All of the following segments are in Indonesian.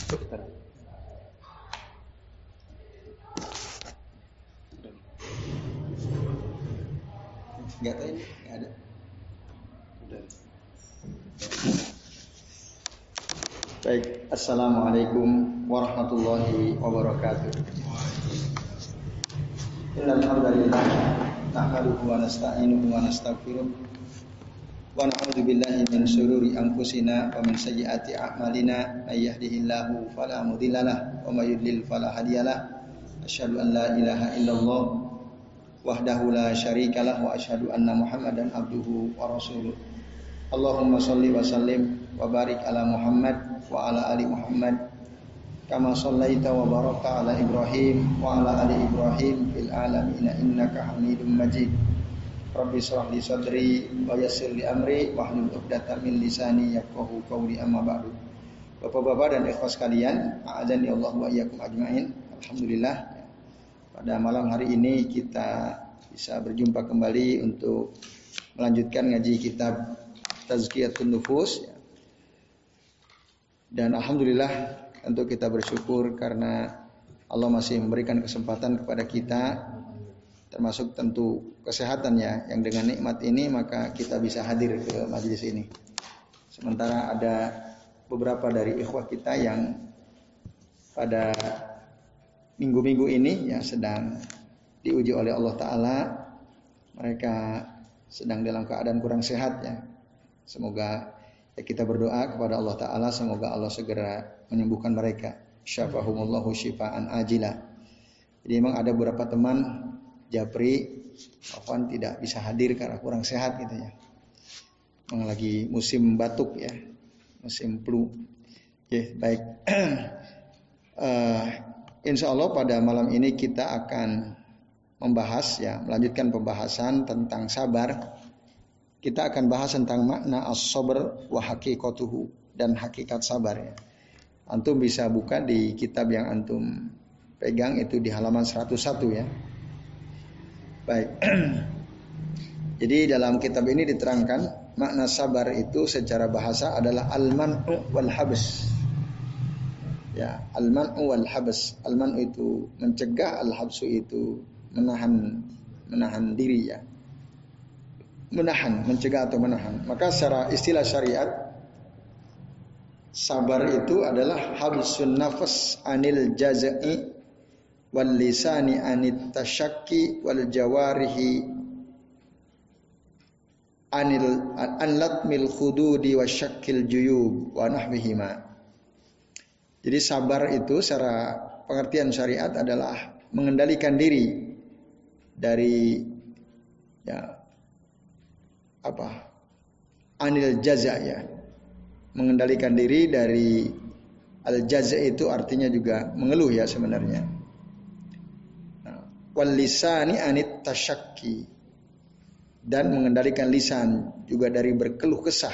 Sebentar. Enggak tahu ini, enggak ada. Udah. Baik, assalamualaikum warahmatullahi wabarakatuh. Innal hamdalillah nahmaduhu wa nasta'inuhu wa nastaghfiruh wa na'udzu billahi min shururi anfusina wa min sayyiati a'malina may yahdihillahu fala mudhillalah wa may yudlil fala hadiyalah. Asyhadu an la ilaha illallah wahdahu la syarikalah wa asyhadu anna Muhammadan abduhu wa rasuluh. Allahumma shalli wa sallim wa barik ala Muhammad wa ala ali Muhammad kama shallaita wa barakta ala Ibrahim wa ala ali Ibrahim fil alamin innaka Hamidum Majid. Rabbi shrah li sadri wa yassir li amri wahlul 'uqdatam min lisani yafqahu qawli amma ba'du. Bapak-bapak dan ikhwas sekalian, a'adzani Allah wa iyyakum ajmain. Alhamdulillah, pada malam hari ini kita bisa berjumpa kembali untuk melanjutkan ngaji kitab Tazkiyatun Nufus. Dan alhamdulillah, tentu kita bersyukur karena Allah masih memberikan kesempatan kepada kita, termasuk tentu kesehatannya, yang dengan nikmat ini maka kita bisa hadir ke majelis ini. Sementara ada beberapa dari ikhwah kita yang pada minggu-minggu ini ya sedang diuji oleh Allah Ta'ala. Mereka sedang dalam keadaan kurang sehat ya. Semoga ya kita berdoa kepada Allah Ta'ala, semoga Allah segera menyembuhkan mereka. Syafahumullahu syifaan ajila. Jadi memang ada beberapa teman Japri, Afwan tidak bisa hadir karena kurang sehat gitu ya. Memang lagi musim batuk ya, musim flu. Oke, baik. Insya Allah pada malam ini kita akan membahas ya, melanjutkan pembahasan tentang sabar. Kita akan bahas tentang makna as-sabr wa haqiqatuhu dan hakikat sabar ya. Antum bisa buka di kitab yang antum pegang itu di halaman 101 ya. Baik. Jadi dalam kitab ini diterangkan makna sabar itu secara bahasa adalah al-man'u wal habs. Ya, al-man'u wal habs. Al-man'u itu mencegah, al-habsu itu menahan diri ya. Menahan, mencegah atau menahan. Maka secara istilah syariat, sabar itu adalah habsun nafas anil jaza'i wal lisani anit tasyakki wal jawarihi an latmil khududi wa syakkil juyub wa nahwihima. Jadi sabar itu secara pengertian syariat adalah mengendalikan diri dari ya anil jaza ya, mengendalikan diri dari al jaza itu artinya juga mengeluh ya sebenarnya. Wal lisani anit tasyakki, dan mengendalikan lisan juga dari berkeluh kesah,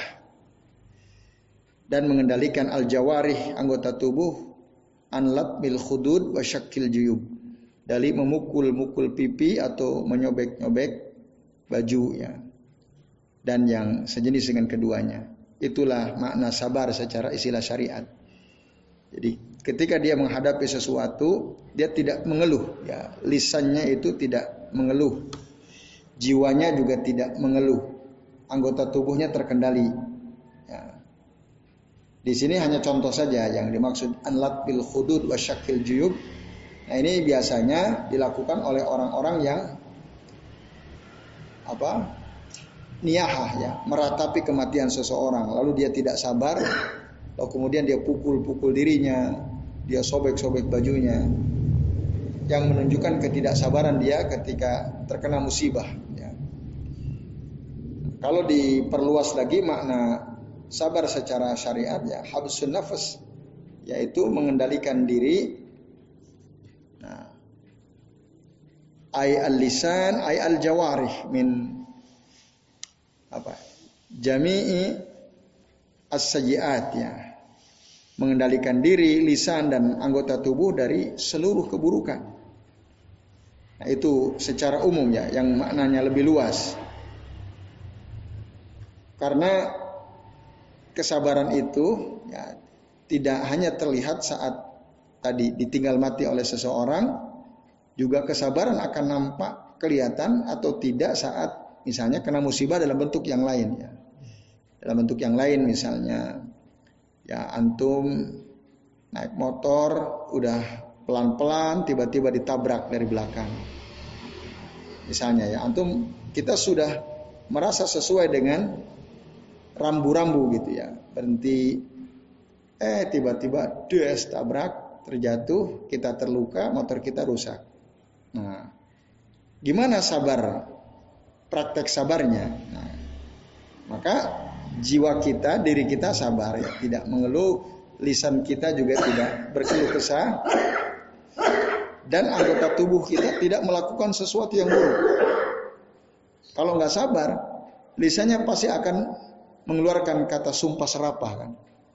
dan mengendalikan al jawarih anggota tubuh an latmil khudud wa syakkil juyub, dari memukul-mukul pipi atau menyobek-nyobek baju ya, dan yang sejenis dengan keduanya. Itulah makna sabar secara istilah syariat. Jadi ketika dia menghadapi sesuatu, dia tidak mengeluh ya, lisannya itu tidak mengeluh, jiwanya juga tidak mengeluh, anggota tubuhnya terkendali ya. Di sini hanya contoh saja yang dimaksud anlat bil khudud wa syakil juyub. Nah ini biasanya dilakukan oleh orang-orang yang niyahah ya, meratapi kematian seseorang, lalu dia tidak sabar, lalu kemudian dia pukul-pukul dirinya, dia sobek-sobek bajunya, yang menunjukkan ketidaksabaran dia ketika terkena musibah ya. Kalau diperluas lagi makna sabar secara syariat ya, habsun nafas, yaitu mengendalikan diri. Nah, ay al-lisan ay al-jawarih min jami'i as-sayyi'at ya, mengendalikan diri, lisan dan anggota tubuh dari seluruh keburukan. Nah itu secara umum ya, yang maknanya lebih luas. Karena kesabaran itu ya, tidak hanya terlihat saat tadi ditinggal mati oleh seseorang, juga kesabaran akan nampak kelihatan atau tidak saat misalnya kena musibah dalam bentuk yang lain ya. Dalam bentuk yang lain misalnya ya antum naik motor udah pelan-pelan tiba-tiba ditabrak dari belakang. Misalnya ya antum kita sudah merasa sesuai dengan rambu-rambu gitu ya. Berhenti tiba-tiba des tabrak, terjatuh, kita terluka, motor kita rusak. Nah, gimana sabar? Praktek sabarnya. Nah, maka jiwa kita, diri kita sabar ya, tidak mengeluh, lisan kita juga tidak berkeluh kesah, dan anggota tubuh kita tidak melakukan sesuatu yang buruk. Kalau nggak sabar, lisannya pasti akan mengeluarkan kata sumpah serapah kan.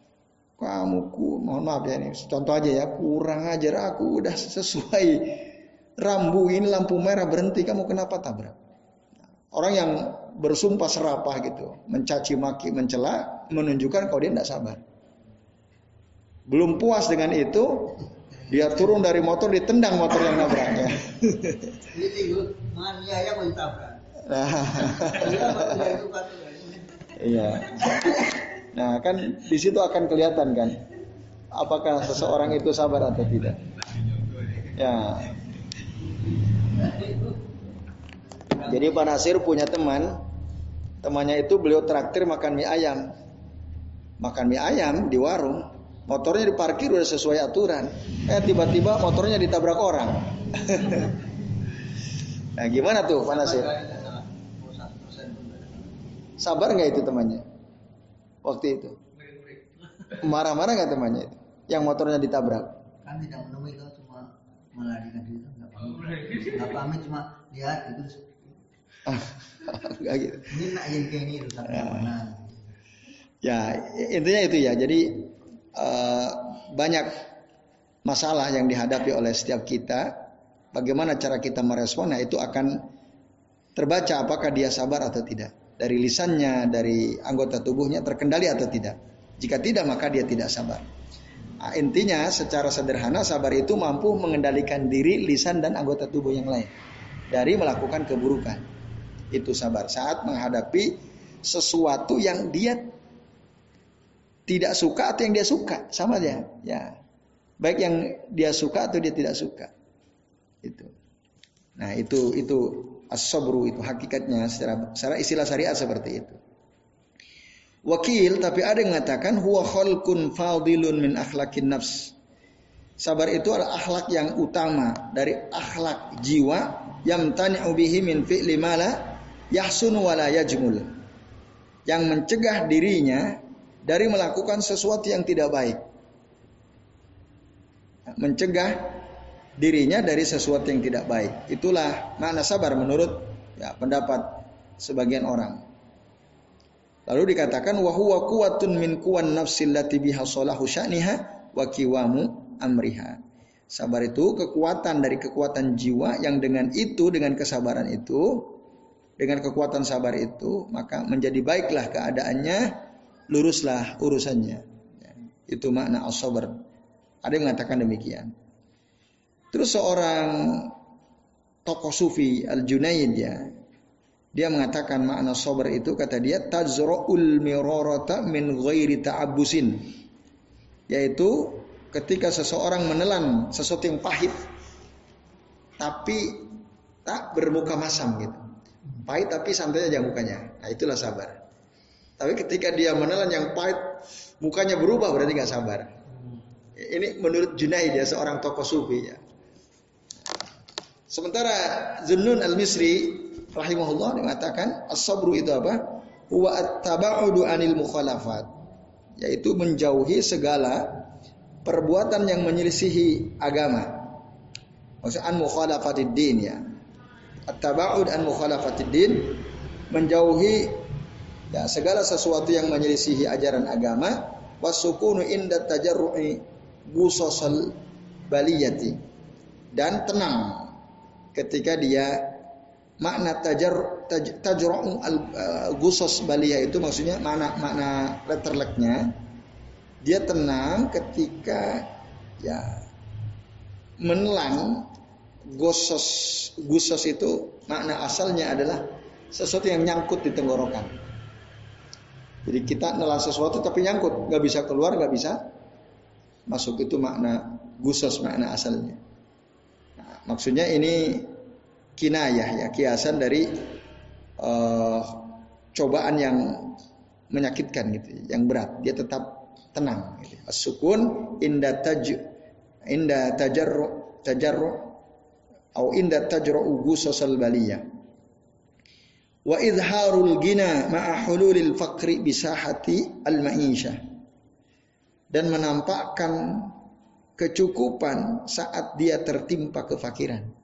Mohon maaf ya ini, contoh aja ya, kurang ajar aku udah sesuai rambu ini lampu merah berhenti, kamu kenapa tabrak? Orang yang bersumpah serapah gitu, mencaci maki, mencela, menunjukkan kalau dia tidak sabar. Belum puas dengan itu, dia turun dari motor, ditendang motor yang nabraknya. Iya. Nah, kan di situ akan kelihatan kan, apakah seseorang itu sabar atau tidak. Ya. Jadi Pak Nasir punya temannya itu beliau traktir makan mie ayam. Makan mie ayam di warung, motornya diparkir udah sesuai aturan. Tiba-tiba motornya ditabrak orang. Nah, gimana tuh Pak Nasir? Sabar nggak itu temannya? Waktu itu marah-marah nggak temannya itu? Yang motornya ditabrak? Kan tidak menemui, itu cuma melarikan diri, nggak pamit, cuma lihat itu. Enggak gitu. Ini nak yang kayak ini rusaknya mana? Ya intinya itu ya. Jadi banyak masalah yang dihadapi oleh setiap kita. Bagaimana cara kita meresponnya itu akan terbaca apakah dia sabar atau tidak. Dari lisannya, dari anggota tubuhnya terkendali atau tidak. Jika tidak maka dia tidak sabar. Nah, intinya secara sederhana sabar itu mampu mengendalikan diri, lisan dan anggota tubuh yang lain dari melakukan keburukan. Itu sabar saat menghadapi sesuatu yang dia tidak suka atau yang dia suka, sama dia. Ya, baik yang dia suka atau dia tidak suka. Itu. Nah itu as-sabru, itu hakikatnya secara istilah syariat seperti itu. Wakil, tapi ada yang mengatakan huwa khalqun fadilun min akhlaqin nafs. Sabar itu adalah akhlak yang utama dari akhlak jiwa, yamtani'u bihi min fi'li ma la yahsunu wa la yajmul. Yang mencegah dirinya dari melakukan sesuatu yang tidak baik. Mencegah dirinya dari sesuatu yang tidak baik. Itulah makna sabar menurut pendapat sebagian orang. Lalu dikatakan wa huwa quwwatun min quwan nafsil lati biha salahu sya'niha wa qiwamu amriha. Sabar itu kekuatan dari kekuatan jiwa yang dengan kesabaran itu, dengan kekuatan sabar itu, maka menjadi baiklah keadaannya, luruslah urusannya. Itu makna as-sabar. Ada yang mengatakan demikian. Terus seorang tokoh sufi Al-Junaid dia mengatakan makna sabar itu, kata dia tajra'ul mirarata min ghairi ta'abbusin, yaitu ketika seseorang menelan sesuatu yang pahit tapi tak bermuka masam gitu. Pahit tapi santai aja mukanya. Nah itulah sabar. Tapi ketika dia menelan yang pahit mukanya berubah, berarti gak sabar. Ini menurut Junaid seorang tokoh sufi Sementara Zunnun al-Misri rahimahullah mengatakan as-sabru itu apa? Huwa at-taba'udu 'anil mukhalafat, yaitu menjauhi segala perbuatan yang menyelisihi agama. Maksudnya an mukhalafatid din At-taba'ud an mukhalafatid din, menjauhi segala sesuatu yang menyelisihi ajaran agama. Wasukunu inda tajarru'i busasal baliyati, dan tenang ketika dia makna tajra'u al-ghusas baliyah itu maksudnya makna letterleknya Dia tenang ketika ya menelan gusos itu makna asalnya adalah sesuatu yang nyangkut di tenggorokan. Jadi kita nelan sesuatu tapi nyangkut, nggak bisa keluar, nggak bisa masuk, itu makna gusos, makna asalnya. Nah, maksudnya ini kinayah ya, kiasan dari cobaan yang menyakitkan gitu, yang berat. Dia tetap tenang. Gitu. As-sukun inda tajarru atau inda tajra'u gusasal baliyah. Wa izharul gina ma'a hululil faqri bisahati al-ma'isyah. Dan menampakkan kecukupan saat dia tertimpa kefakiran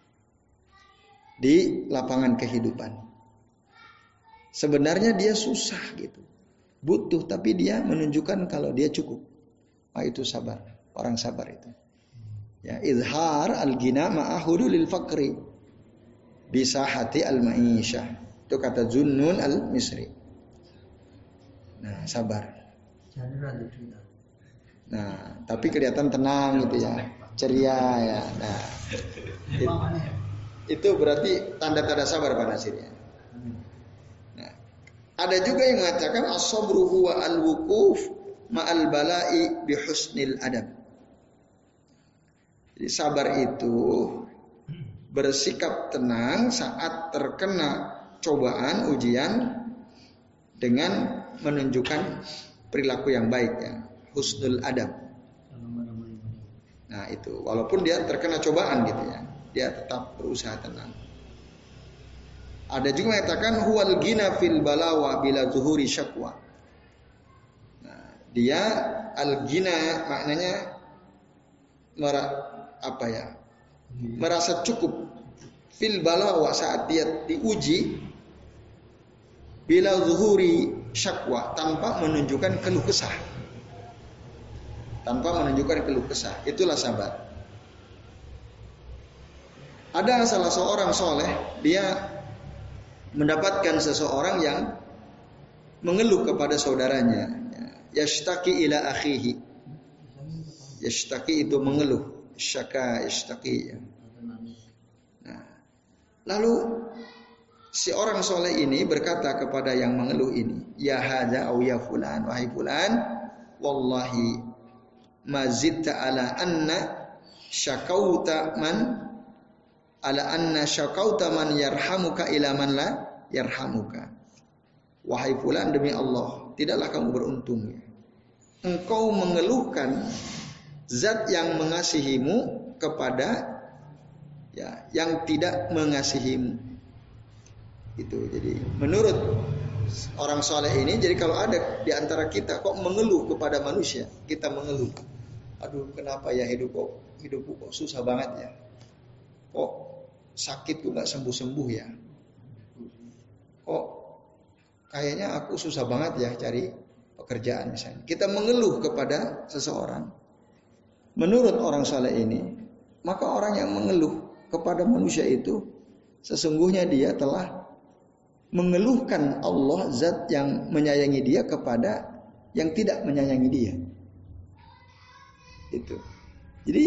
di lapangan kehidupan. Sebenarnya dia susah gitu, butuh, tapi dia menunjukkan kalau dia cukup. Itu sabar, orang sabar itu. Ya, izhar al-gina ma'a hululil faqri bisahati al-ma'isyah. Itu kata Zunnun al-Misri. Nah, sabar. Nah, tapi kelihatan tenang gitu ya, ceria ya. Nah, itu berarti tanda-tanda sabar pada akhirnya. Nah, ada juga yang mengatakan as-sabru huwa al-wuquf ma'al bala'i bi husnil adab. Jadi sabar itu bersikap tenang saat terkena cobaan, ujian dengan menunjukkan perilaku yang baik ya. Husnul adab. Nah itu, walaupun dia terkena cobaan gitu ya, dia tetap berusaha tenang. Ada juga mengatakan huwal gina fil balawa bila zuhuri syakwa. Nah, dia al-gina maknanya merasa cukup fil balawa saat dia diuji bila zuhuri syakwa, tanpa menunjukkan keluh kesah. Tanpa menunjukkan keluh kesah, itulah sabar. Ada salah seorang soleh, dia mendapatkan seseorang yang mengeluh kepada saudaranya. Yashtaki ila akhihi. Yashtaki itu mengeluh. Syaka yashtaki. Nah, lalu si orang soleh ini berkata kepada yang mengeluh ini, ya hadza au ya fulan, wahai fulan, wallahi mazidta ala anna syakauta man yarhamuka ila man la yarhamuka. Wahai fulan, demi Allah, tidaklah kamu beruntung. Engkau mengeluhkan zat yang mengasihimu kepada ya yang tidak mengasihimu. Itu jadi menurut orang soleh ini, jadi kalau ada di antara kita kok mengeluh kepada manusia, kita mengeluh, aduh kenapa ya hidupku kok susah banget ya, kok sakitku nggak sembuh-sembuh ya, kok kayaknya aku susah banget ya cari pekerjaan misalnya. Kita mengeluh kepada seseorang, menurut orang soleh ini, maka orang yang mengeluh kepada manusia itu sesungguhnya dia telah mengeluhkan Allah, zat yang menyayangi dia, kepada yang tidak menyayangi dia. Itu. Jadi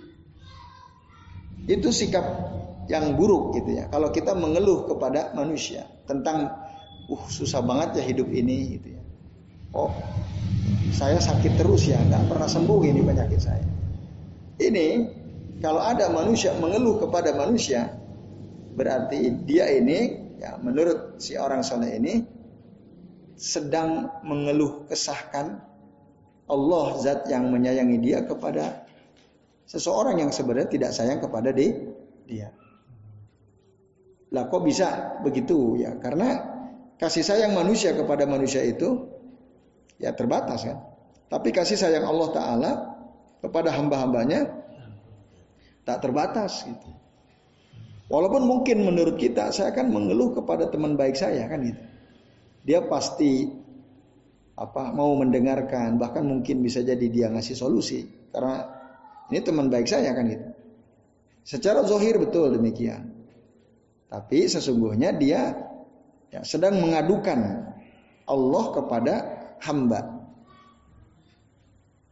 itu sikap yang buruk gitu ya. Kalau kita mengeluh kepada manusia tentang susah banget ya hidup ini gitu ya. Oh, saya sakit terus ya, nggak pernah sembuh ini penyakit saya. Ini kalau ada manusia mengeluh kepada manusia, berarti dia ini ya, menurut si orang soleh ini sedang mengeluh kesahkan Allah, zat yang menyayangi dia, kepada seseorang yang sebenarnya tidak sayang kepada dia. Lah kok bisa begitu ya? Karena kasih sayang manusia kepada manusia itu ya terbatas kan. Tapi kasih sayang Allah Ta'ala kepada hamba-hambanya tak terbatas gitu. Walaupun mungkin menurut kita, saya kan mengeluh kepada teman baik saya kan gitu. Dia pasti mau mendengarkan, bahkan mungkin bisa jadi dia ngasih solusi, karena ini teman baik saya kan gitu. Secara zahir betul demikian. Tapi sesungguhnya dia sedang mengadukan Allah kepada hamba.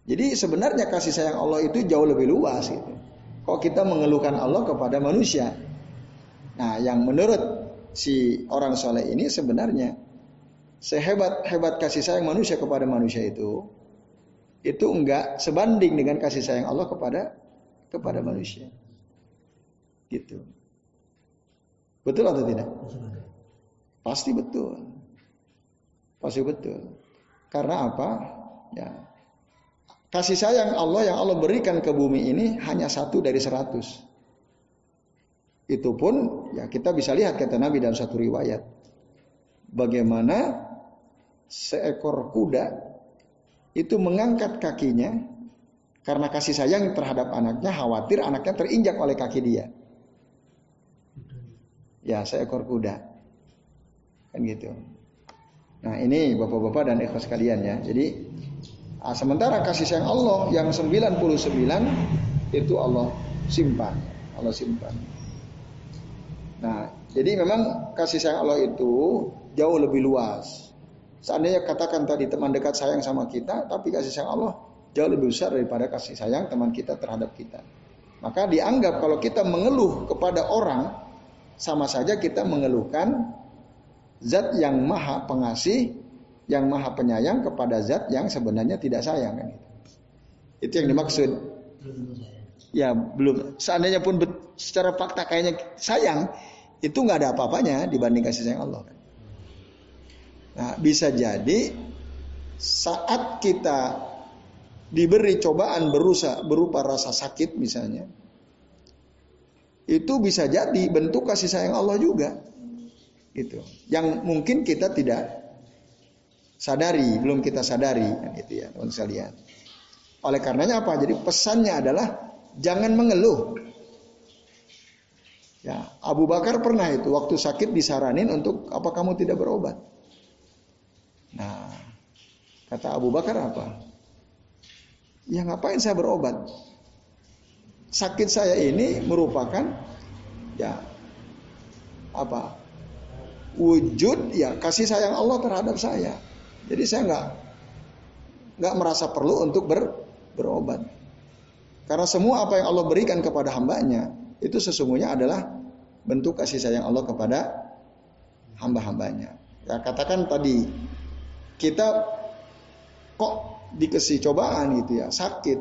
Jadi sebenarnya kasih sayang Allah itu jauh lebih luas gitu. Kok kita mengeluhkan Allah kepada manusia? Nah, yang menurut si orang soleh ini sebenarnya sehebat-hebat kasih sayang manusia kepada manusia itu enggak sebanding dengan kasih sayang Allah kepada manusia. Gitu. Betul atau tidak? Pasti betul. Pasti betul. Karena apa? Ya. Kasih sayang Allah yang Allah berikan ke bumi ini hanya 1 dari 100. Itu pun ya kita bisa lihat kata Nabi dalam satu riwayat. Bagaimana seekor kuda itu mengangkat kakinya karena kasih sayang terhadap anaknya, khawatir anaknya terinjak oleh kaki dia. Ya, seekor kuda. Kan gitu. Nah, ini Bapak-bapak dan ikhwas sekalian ya. Jadi sementara kasih sayang Allah yang 99 itu Allah simpan. Allah simpan. Nah, jadi memang kasih sayang Allah itu jauh lebih luas. Seandainya katakan tadi teman dekat sayang sama kita, tapi kasih sayang Allah jauh lebih besar daripada kasih sayang teman kita terhadap kita. Maka dianggap kalau kita mengeluh kepada orang, sama saja kita mengeluhkan zat yang maha pengasih, yang maha penyayang kepada zat yang sebenarnya tidak sayang kan itu. Itu yang dimaksud. Ya belum. Seandainya pun secara fakta kayaknya sayang, itu nggak ada apa-apanya dibanding kasih sayang Allah. Nah bisa jadi saat kita diberi cobaan berupa rasa sakit misalnya, itu bisa jadi bentuk kasih sayang Allah juga. Gitu. Yang mungkin kita tidak sadari, belum kita sadari kan gitu ya, teman sekalian. Oleh karenanya apa? Jadi pesannya adalah jangan mengeluh. Ya, Abu Bakar pernah itu waktu sakit disaranin untuk apa kamu tidak berobat? Nah, kata Abu Bakar apa? Ya ngapain saya berobat? Sakit saya ini merupakan ya apa? Wujud ya kasih sayang Allah terhadap saya. Jadi saya nggak merasa perlu untuk berobat. Karena semua apa yang Allah berikan kepada hambanya itu sesungguhnya adalah bentuk kasih sayang Allah kepada hamba-hambanya. Ya katakan tadi kita kok dikasih cobaan gitu ya, sakit.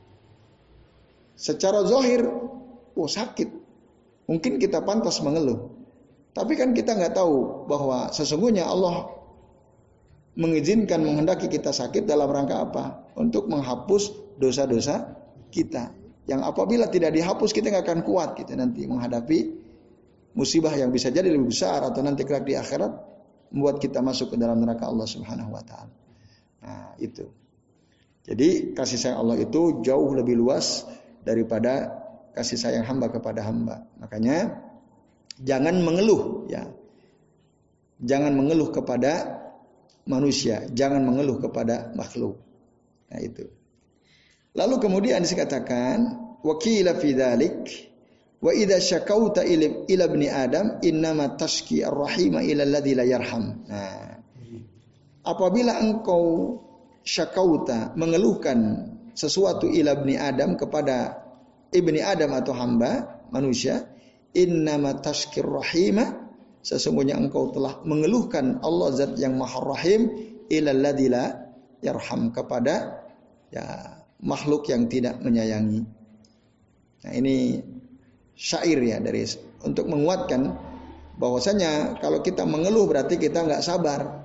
Secara zahir, sakit. Mungkin kita pantas mengeluh. Tapi kan kita nggak tahu bahwa sesungguhnya Allah mengizinkan menghendaki kita sakit dalam rangka apa? Untuk menghapus dosa-dosa kita. Yang apabila tidak dihapus kita nggak akan kuat kita nanti menghadapi musibah yang bisa jadi lebih besar atau nanti kelak di akhirat membuat kita masuk ke dalam neraka Allah Subhanahu wa taala. Nah, itu. Jadi kasih sayang Allah itu jauh lebih luas daripada kasih sayang hamba kepada hamba. Makanya jangan mengeluh ya. Jangan mengeluh kepada manusia, jangan mengeluh kepada makhluk. Nah itu. Lalu kemudian dikatakan wakila fi dzalik wa idza syakauta ila ibni adam innama tashki ar-rahima ila alladzi la yarham. Nah. Apabila engkau syakauta mengeluhkan sesuatu ila ibni adam kepada ibni adam atau hamba manusia, innama tashkir rahima, sesungguhnya engkau telah mengeluhkan Allah zat yang maha rahim ilal ladzi la yarham, kepada ya makhluk yang tidak menyayangi. Nah ini syair ya dari untuk menguatkan bahwasanya kalau kita mengeluh berarti kita nggak sabar.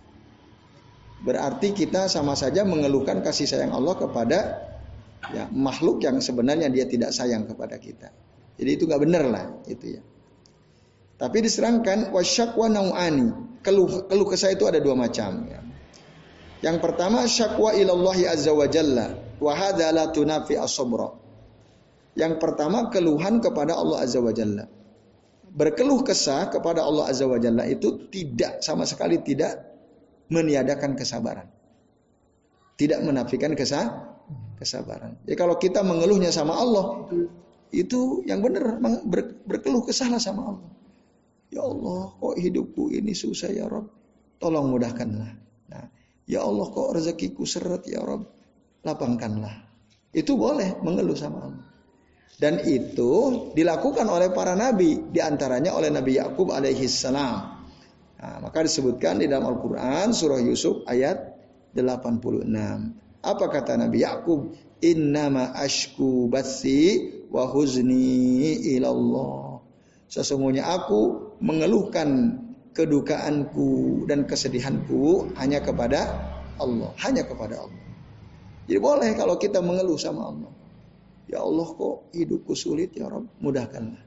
Berarti kita sama saja mengeluhkan kasih sayang Allah kepada ya makhluk yang sebenarnya dia tidak sayang kepada kita. Jadi itu nggak benar lah itu ya. Tapi diserangkan wasyakwa nau'ani, keluh kesah itu ada 2 macam ya. Yang pertama syakwa ilallahi azza wa jalla wa hadza la tunafi as-sabra. Yang pertama keluhan kepada Allah azza wa jalla. Berkeluh kesah kepada Allah azza wa jalla itu tidak sama sekali tidak meniadakan kesabaran. Tidak menafikan kesabaran. Jadi kalau kita mengeluhnya sama Allah itu yang benar berkeluh kesahlah sama Allah. Ya Allah, kok hidupku ini susah ya Rabb, tolong mudahkanlah. Nah, ya Allah kok rezekiku seret ya Rabb, lapangkanlah. Itu boleh mengeluh sama Allah. Dan itu dilakukan oleh para nabi, diantaranya oleh Nabi Yakub alaihissalam. Nah, maka disebutkan di dalam Al-Quran surah Yusuf ayat 86. Apa kata Nabi Yakub? Innama ashku bathi wa huzni ilallah. Sesungguhnya aku mengeluhkan kedukaanku dan kesedihanku hanya kepada Allah, hanya kepada Allah. Jadi boleh kalau kita mengeluh sama Allah. Ya Allah, kok hidupku sulit ya Rabb, mudahkanlah.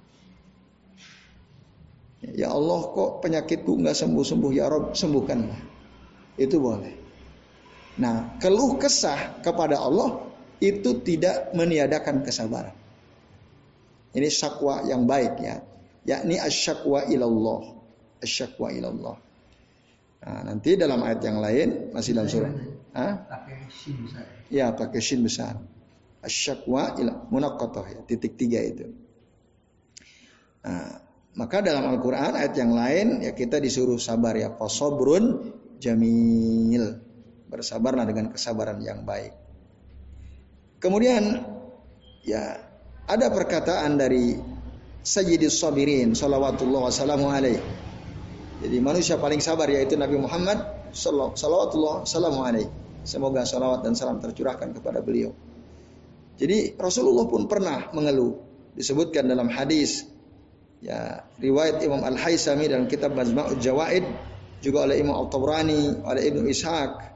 Ya Allah, kok penyakitku enggak sembuh-sembuh ya Rabb, sembuhkanlah. Itu boleh. Nah, keluh kesah kepada Allah itu tidak meniadakan kesabaran. Ini syakwa yang baik ya. Yakni asyakwa ilallah. Asyakwa ilallah. Nah, nanti dalam ayat yang lain masih dalam surah. Pakai shin besar. Ya, pakai shin besar. Asyakwa ilallah. Munaqqathah ya, titik 3 itu. Nah, maka dalam Al-Quran ayat yang lain ya kita disuruh sabar ya. Fasabrun jamil. Bersabarlah dengan kesabaran yang baik. Kemudian ya ada perkataan dari Sayyidis Sabirin salawatullah wassalamu alaihi. Jadi manusia paling sabar yaitu Nabi Muhammad salawatullah wassalamu alaihi. Semoga salawat dan salam tercurahkan kepada beliau. Jadi Rasulullah pun pernah mengeluh. Disebutkan dalam hadis ya riwayat Imam Al-Haisami dalam kitab Majma'ul Jawaid, juga oleh Imam At-Tabrani, oleh Ibnu Ishaq,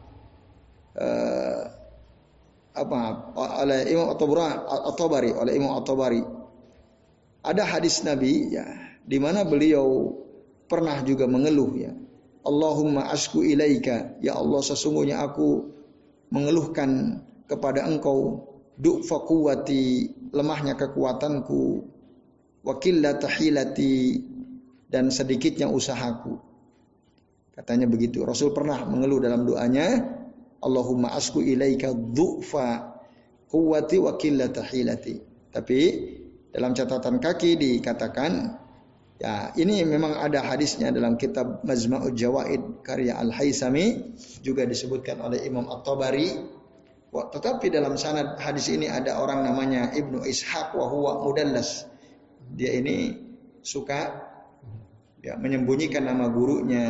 oleh Imam At-Tabari, oleh Imam At-Tabari. Ada hadis Nabi ya, di mana beliau pernah juga mengeluh ya. Allahumma asku ilaika, ya Allah sesungguhnya aku mengeluhkan kepada Engkau du'fa quwwati, lemahnya kekuatanku, wa qillata hilati, dan sedikitnya usahaku. Katanya begitu. Rasul pernah mengeluh dalam doanya, Allahumma asku ilaika du'fa quwwati wa qillata hilati. Tapi dalam catatan kaki dikatakan ya ini memang ada hadisnya dalam kitab Majma'ul Jawaid karya Al-Haisami, juga disebutkan oleh Imam At-Tabari. Tetapi dalam sanad hadis ini ada orang namanya Ibnu Ishaq wa huwa mudallas. Dia ini suka ya menyembunyikan nama gurunya.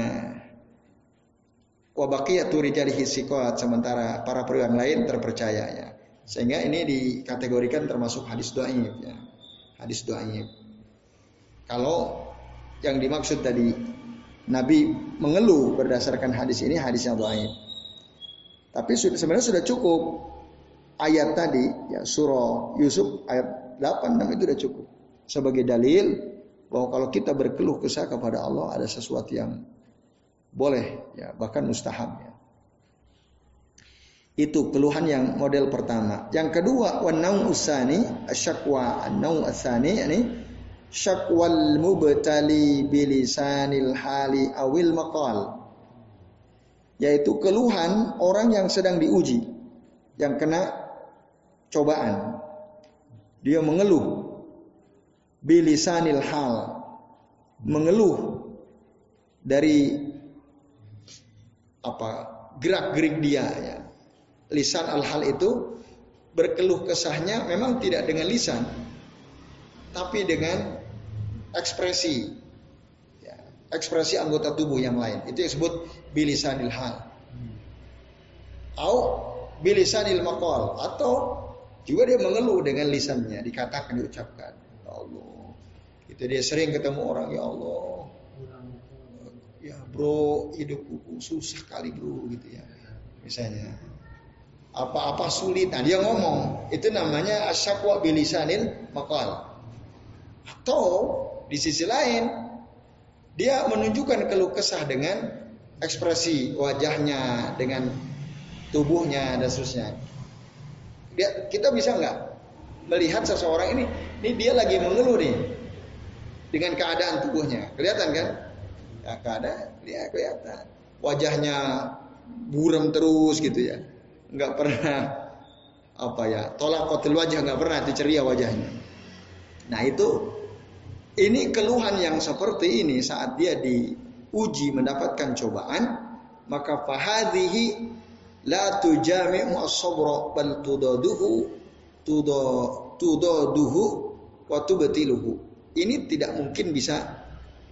Wa baqiyatu rijalihi siqat, sementara para perawi yang lain terpercaya ya. Sehingga ini dikategorikan termasuk hadis dhaif ya. Hadis dhaif. Kalau yang dimaksud tadi Nabi mengeluh berdasarkan hadis ini, hadisnya dhaif. Tapi sebenarnya sudah cukup ayat tadi ya, surah Yusuf ayat 8 itu sudah cukup sebagai dalil bahwa kalau kita berkeluh kesah kepada Allah ada sesuatu yang boleh ya, bahkan mustahab ya. Itu keluhan yang model pertama. Yang kedua, wan-nau' usani, asyakwa an-nau' asani, yani syakwal mubtali bilisanil hali awil maqal. Yaitu keluhan orang yang sedang diuji, yang kena cobaan. Dia mengeluh bilisanil hal, mengeluh dari gerak-gerik dia ya. Lisan al-hal itu berkeluh kesahnya memang tidak dengan lisan, tapi dengan ekspresi ya, ekspresi anggota tubuh yang lain. Itu yang disebut bilisanil hal. Atau bilisanil maqal, atau juga dia mengeluh dengan lisannya, dikatakan, diucapkan. Ya Allah. Itu dia sering ketemu orang, ya Allah. Ya bro, hidupku susah kali bro gitu ya. Misalnya apa-apa sulit. Nah dia ngomong, itu namanya asyakwa bilisanil maqal. Atau di sisi lain dia menunjukkan keluh kesah dengan ekspresi wajahnya, dengan tubuhnya dan seterusnya. Kita bisa nggak melihat seseorang ini dia lagi mengeluh nih dengan keadaan tubuhnya, kelihatan kan? Ya keadaan dia kelihatan, wajahnya buram terus gitu ya, nggak pernah tolak kotil wajah, nggak pernah ceria wajahnya. Nah ini keluhan yang seperti ini saat dia diuji mendapatkan cobaan, maka fahadhihi la tujami'u as-sabra bal tudaduhu wa tubtiluhu. Ini tidak mungkin bisa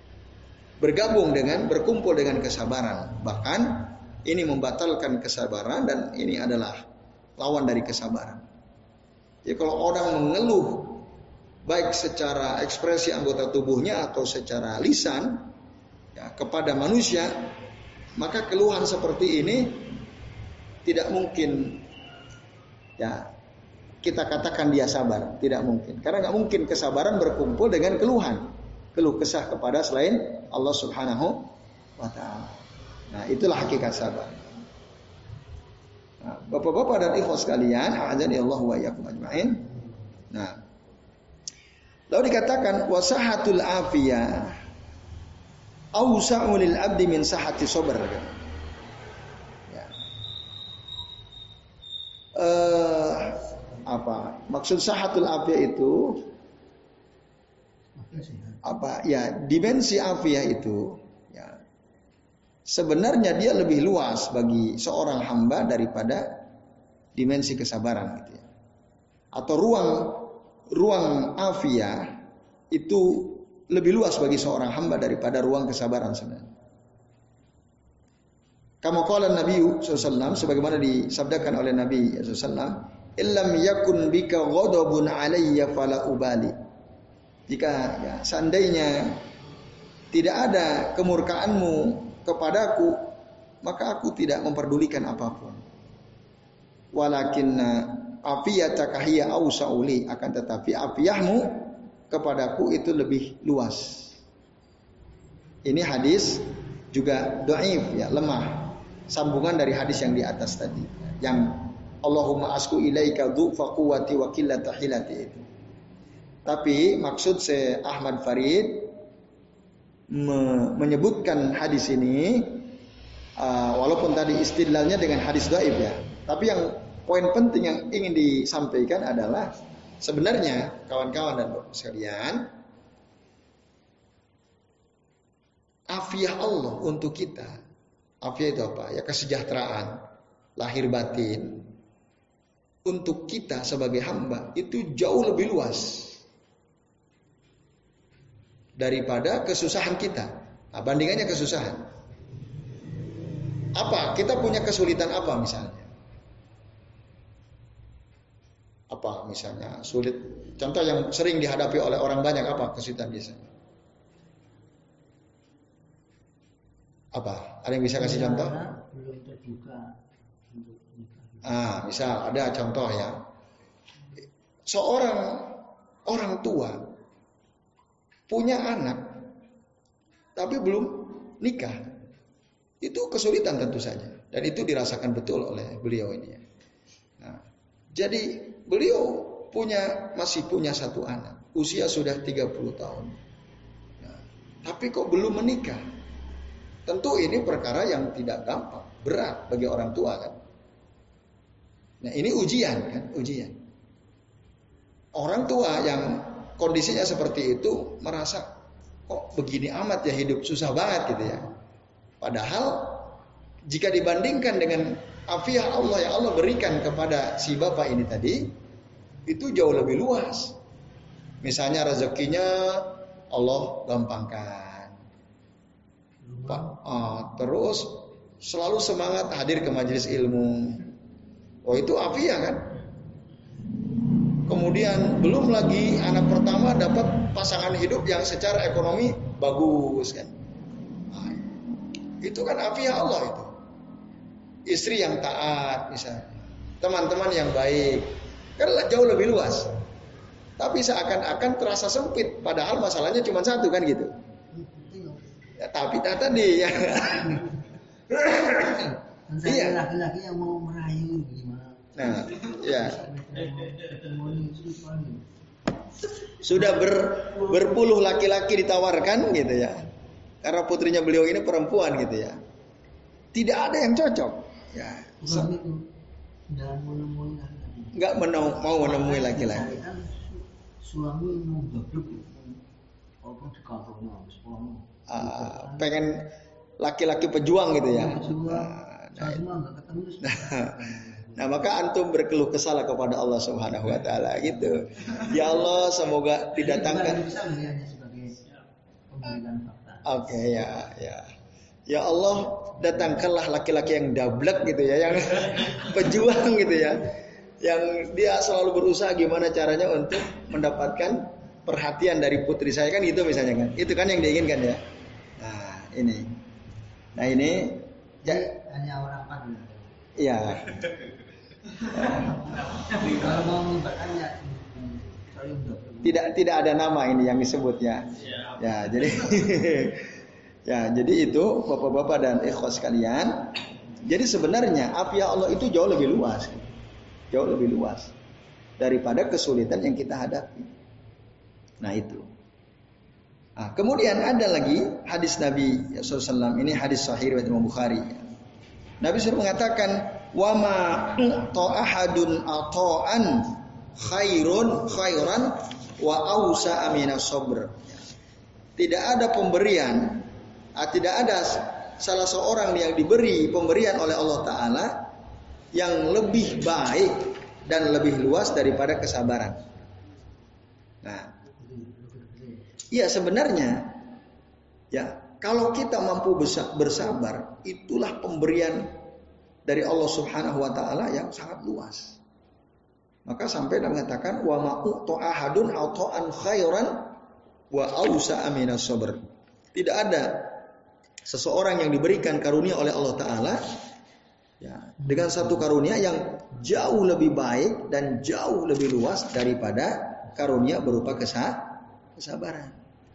berkumpul dengan kesabaran. Bahkan ini membatalkan kesabaran dan ini adalah lawan dari kesabaran. Jadi kalau orang mengeluh baik secara ekspresi anggota tubuhnya atau secara lisan ya, kepada manusia, maka keluhan seperti ini tidak mungkin ya kita katakan dia sabar, tidak mungkin. Karena nggak mungkin kesabaran berkumpul dengan keluh kesah kepada selain Allah Subhanahu wa Ta'ala. Nah, itulah hakikat sabar. Nah, Bapak-bapak dan ikhwas sekalian, a'adzani Allah wa iyyakum ajma'in. Nah, lalu dikatakan wasahatul afiyah awsa'u lil abdi min sahati sabr. Ya. Apa maksud sahatul afiyah itu? Apa ya, dimensi afiyah itu ya, sebenarnya dia lebih luas bagi seorang hamba daripada dimensi kesabaran gitu ya. Atau ruang afiyah itu lebih luas bagi seorang hamba daripada ruang kesabaran sebenarnya. Kama qala Nabi sallallahu sebagaimana disabdakan oleh Nabi sallallahu illam yakun bika ghadabun alayya fala ubali. Jika ya, seandainya tidak ada kemurkaanmu kepadaku, maka aku tidak memperdulikan apapun. Walakinna afiyataka hiya awsa'uli, akan tetapi afiyahmu kepadaku itu lebih luas. Ini hadis juga dhaif ya, lemah. Sambungan dari hadis yang di atas tadi, yang Allahumma asku ilaika dhufa quwwati wa qillata hilati itu. Tapi maksud Syekh Ahmad Farid menyebutkan hadis ini walaupun tadi istidlalnya dengan hadis dhaif ya. Tapi yang poin penting yang ingin disampaikan adalah sebenarnya kawan-kawan dan bapak sekalian, afiyah Allah untuk kita. Afiyah itu apa? Ya kesejahteraan lahir batin untuk kita sebagai hamba itu jauh lebih luas daripada kesusahan kita. Nah, bandingannya kesusahan. Apa? Kita punya kesulitan apa misalnya? Apa misalnya sulit? Contoh yang sering dihadapi oleh orang banyak apa kesulitan biasanya? Apa? Ada yang bisa kasih contoh? Belum terbuka untuk Ah, nikah. misal ada contoh ya. Seorang orang tua punya anak tapi belum nikah. Itu kesulitan tentu saja dan itu dirasakan betul oleh beliau ini ya. Nah, jadi beliau masih punya satu anak, usia sudah 30 tahun. Nah, tapi kok belum menikah? Tentu ini perkara yang tidak gampang, berat bagi orang tua kan. Nah, ini ujian kan, ujian. Orang tua yang kondisinya seperti itu merasa kok begini amat ya hidup, susah banget gitu ya. Padahal jika dibandingkan dengan afiyah Allah yang Allah berikan kepada si bapak ini tadi, itu jauh lebih luas. Misalnya rezekinya Allah gampangkan. Terus selalu semangat hadir ke majelis ilmu. Oh itu afiyah kan? Kemudian belum lagi anak pertama dapat pasangan hidup yang secara ekonomi bagus kan. Nah, itu kan afiyah Allah itu. Istri yang taat misalnya. Teman-teman yang baik. Kan jauh lebih luas. Tapi seakan-akan terasa sempit. Padahal masalahnya cuma satu kan gitu. Ya, tapi tadi ya. Iya. Laki-laki yang mau merayu gimana? Nah, ya. Sudah berpuluh laki-laki ditawarkan gitu ya. Karena putrinya beliau ini perempuan gitu ya. Tidak ada yang cocok. Ya. Nggak mau menemui laki-laki. Suami mau gablek apa di kantornya suami. Pengen laki-laki pejuang gitu ya. Semua nggak ketemu. Nah, maka antum berkeluh kesah kepada Allah Subhanahu wa taala gitu. Ya Allah, semoga didatangkan. Bisa melihatnya sebagai pemberian fakta. Oke, ya. Ya Allah, datangkanlah laki-laki yang dablek gitu ya, yang pejuang gitu ya. Yang dia selalu berusaha gimana caranya untuk mendapatkan perhatian dari putri saya kan gitu misalnya kan. Itu kan yang diinginkan ya. Nah, ini ya, hanya orang Padang. Iya. Kalau mau memberkannya tidak ada nama ini yang disebut ya. Ya, jadi jadi itu Bapak-bapak dan ikhwas sekalian. Jadi sebenarnya afiah Allah itu jauh lebih luas. Jauh lebih luas daripada kesulitan yang kita hadapi. Nah, itu. Nah, kemudian ada lagi hadis Nabi SAW, ini hadis sahih riwayat Imam Bukhari. Nabi SAW mengatakan, wa ma ta'ahadun ata'an khairan wa awsa amina sabr. Tidak ada pemberian, tidak ada salah seorang yang diberi pemberian oleh Allah Ta'ala yang lebih baik dan lebih luas daripada kesabaran. Nah, iya sebenarnya, ya kalau kita mampu bersabar, itulah pemberian dari Allah Subhanahu Wa Taala yang sangat luas. Maka sampai dia mengatakan wa ma'u'tu ahadun ata'an khairan wa ausa aminas sabr. Tidak ada seseorang yang diberikan karunia oleh Allah Ta'ala ya, dengan satu karunia yang jauh lebih baik dan jauh lebih luas daripada karunia berupa kesabaran.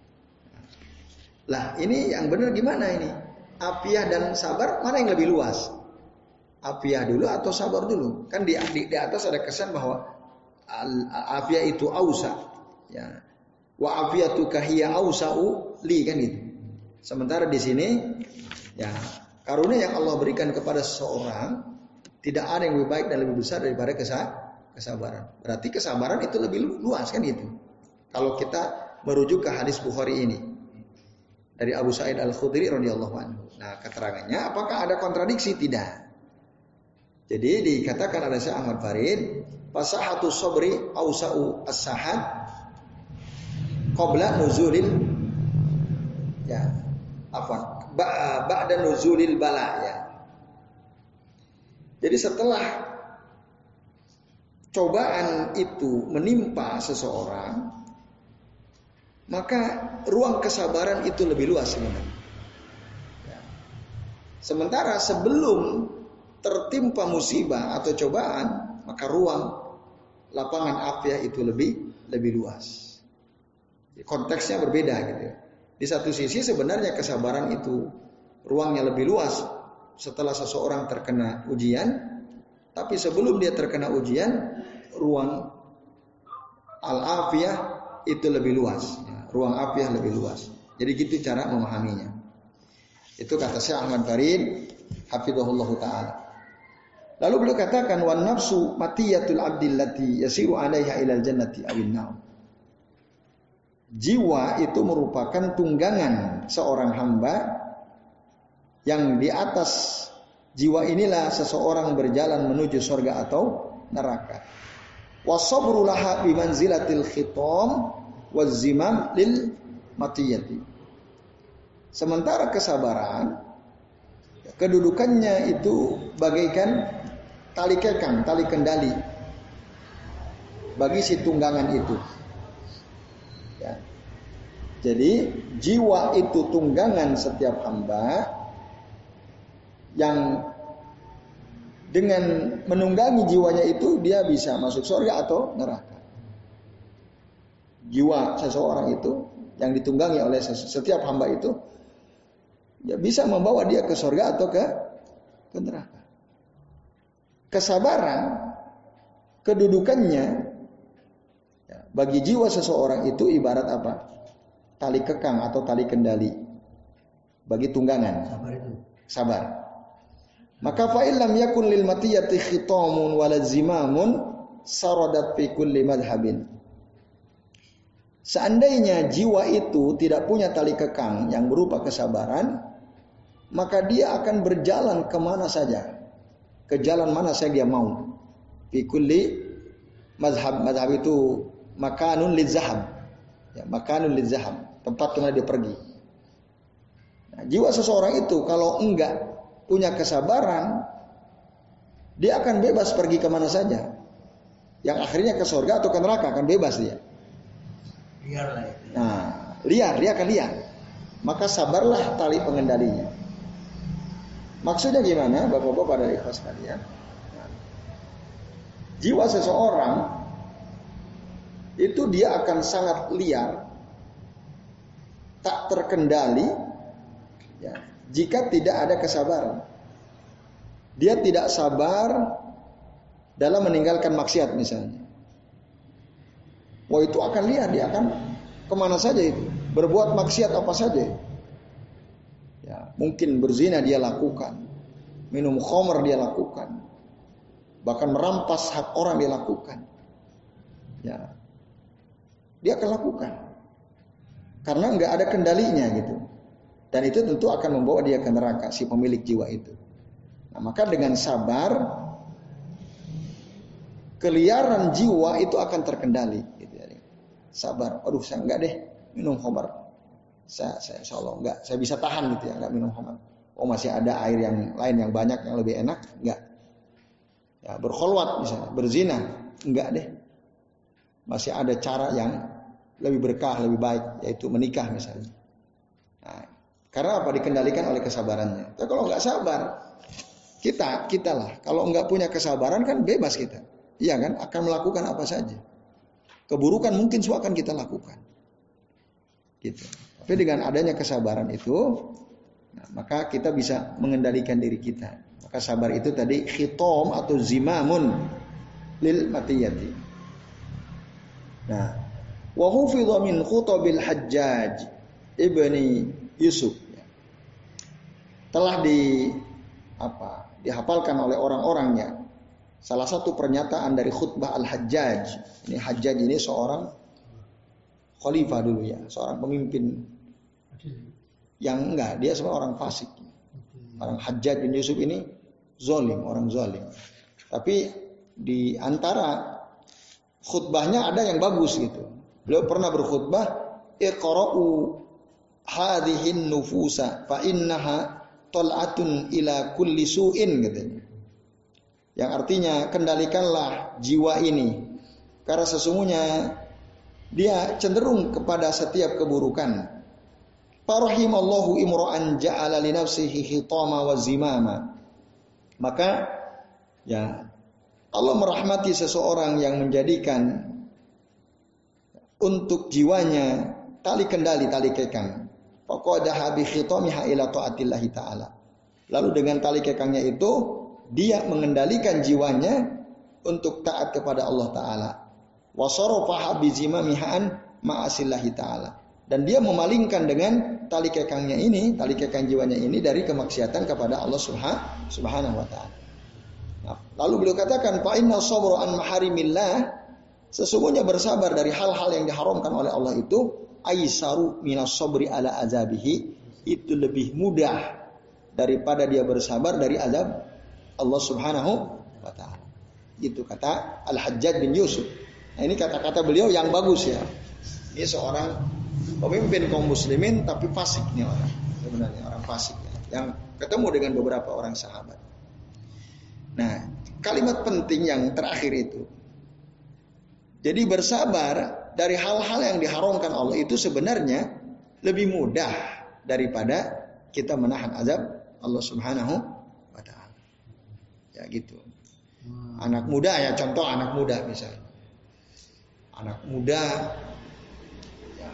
Lah ini yang benar gimana ini? Afiah dan sabar mana yang lebih luas? Afiah dulu atau sabar dulu? Kan di atas ada kesan bahwa afiah itu ausa, ya. Wa afiyatuka hiya ausa'u li kan gitu. Sementara di sini ya karunia yang Allah berikan kepada seseorang tidak ada yang lebih baik dan lebih besar daripada kesabaran. Berarti kesabaran itu lebih luas kan gitu. Kalau kita merujuk ke hadis Bukhari ini dari Abu Sa'id Al-Khudri radhiyallahu anhu. Nah, keterangannya apakah ada kontradiksi? Tidak. Jadi dikatakan oleh Syekh Ahmad Farid, fasahatu sabri ausa'u as-sahad qabla nuzulil ba'da nuzulil bala ya. Jadi setelah cobaan itu menimpa seseorang, maka ruang kesabaran itu lebih luas sebenarnya. Ya. Sementara sebelum tertimpa musibah atau cobaan, maka ruang lapangan afiah itu lebih luas. Konteksnya berbeda gitu ya. Di satu sisi sebenarnya kesabaran itu ruangnya lebih luas setelah seseorang terkena ujian, tapi sebelum dia terkena ujian, ruang al-afiyah itu lebih luas. Ya, ruang afiyah lebih luas. Jadi gitu cara memahaminya. Itu kata Syekh Ahmad Farid, hafizahullah ta'ala. Lalu beliau katakan wan nafsu matiyatul abdil lati yasiru 'alaiha ilal jannati awin nar. Jiwa itu merupakan tunggangan seorang hamba yang di atas jiwa inilah seseorang berjalan menuju surga atau neraka. Wasabru laha bimanzilatil khitam wazimam lil matiyati. Sementara kesabaran kedudukannya itu bagaikan tali kekang, tali kendali bagi si tunggangan itu. Ya. Jadi jiwa itu tunggangan setiap hamba yang dengan menunggangi jiwanya itu dia bisa masuk surga atau neraka. Jiwa seseorang itu yang ditunggangi oleh setiap hamba itu ya bisa membawa dia ke surga atau ke neraka. Kesabaran kedudukannya ya, bagi jiwa seseorang itu ibarat apa? Tali kekang atau tali kendali bagi tunggangan. Sabar. Maka fa'il lam yakun lil matiyati khitamun walazimamun saradat fi kulli madhhabin. Seandainya jiwa itu tidak punya tali kekang yang berupa kesabaran, maka dia akan berjalan kemana saja, ke jalan mana saja dia mau. Fi kulli mazhab itu makanun lizahab, ya, makanun lizahab, tempat kemana dia pergi. Nah, jiwa seseorang itu kalau enggak punya kesabaran, dia akan bebas pergi kemana saja, yang akhirnya ke surga atau ke neraka, akan bebas dia. Liar lah itu. Nah, dia akan liar. Maka sabarlah tali pengendalinya. Maksudnya gimana, bapak-bapak dan ikhwas sekalian? Nah, jiwa seseorang itu dia akan sangat liar, tak terkendali, ya, jika tidak ada kesabaran. Dia tidak sabar dalam meninggalkan maksiat misalnya. Wah, itu akan liar, dia akan kemana saja itu, berbuat maksiat apa saja. Ya, mungkin berzina dia lakukan, minum khamr dia lakukan, bahkan merampas hak orang dia lakukan. Ya, dia akan lakukan karena nggak ada kendalinya gitu. Dan itu tentu akan membawa dia ke neraka, si pemilik jiwa itu. Nah, maka dengan sabar, keliaran jiwa itu akan terkendali. Gitu ya. Sabar, aduh saya enggak deh minum khamr. Saya insya Allah enggak, saya bisa tahan gitu ya, enggak minum khamr. Oh, masih ada air yang lain yang banyak yang lebih enak, enggak. Ya, berkholwat misalnya, berzina, enggak deh. Masih ada cara yang lebih berkah, lebih baik, yaitu menikah misalnya. Nah, karena apa? Dikendalikan oleh kesabarannya. Tapi kalau enggak sabar, kita lah, kalau enggak punya kesabaran kan bebas kita. Iya kan? Akan melakukan apa saja. Keburukan mungkin semua akan kita lakukan. Gitu. Tapi dengan adanya kesabaran itu, nah, maka kita bisa mengendalikan diri kita. Maka sabar itu tadi khitom atau zimamun lil matiyati. Nah, wa hufidha min khutabil Hajjaj ibni Yusuf. Telah dihafalkan oleh orang-orangnya salah satu pernyataan dari khutbah Al-Hajjaj. Ini Hajjaj ini seorang khalifah dulu ya, seorang pemimpin yang enggak, dia sebenarnya orang fasik. Orang Hajjaj bin Yusuf ini zalim, orang zalim. Tapi di antara khutbahnya ada yang bagus gitu. Beliau pernah berkhutbah, iqra'u hadhihin nufusa fa innaha tal'atun ila kulli su'in katanya. Yang artinya kendalikanlah jiwa ini karena sesungguhnya dia cenderung kepada setiap keburukan. Farahimallahu imra'an ja'ala li nafsihi khitama wa zimama. Maka ya Allah merahmati seseorang yang menjadikan untuk jiwanya tali kendali, tali kekang. Faqadaha bi khitamiha ila ta'atillahi ta'ala. Lalu dengan tali kekangnya itu dia mengendalikan jiwanya untuk taat kepada Allah Ta'ala. Wa sarafaha bi zimamihan ma'asillahi ta'ala. Dan dia memalingkan dengan tali kekangnya ini, tali kekang jiwanya ini dari kemaksiatan kepada Allah Subhanahu wa ta'ala. Nah, lalu beliau katakan fa inna sabra an maharimillah, sesungguhnya bersabar dari hal-hal yang diharamkan oleh Allah itu aisaru minas sabri ala azabihi, itu lebih mudah daripada dia bersabar dari azab Allah Subhanahu wa ta'ala. Itu kata Al-Hajjaj bin Yusuf. Nah, ini kata-kata beliau yang bagus ya. Ini seorang pemimpin kaum muslimin tapi fasik nih orang. Sebenarnya orang fasik ya, yang ketemu dengan beberapa orang sahabat. Nah, kalimat penting yang terakhir itu. Jadi bersabar dari hal-hal yang diharamkan Allah itu sebenarnya lebih mudah daripada kita menahan azab Allah Subhanahu wa ta'ala. Ya gitu. Anak muda ya, contoh anak muda misalnya. Anak muda ya,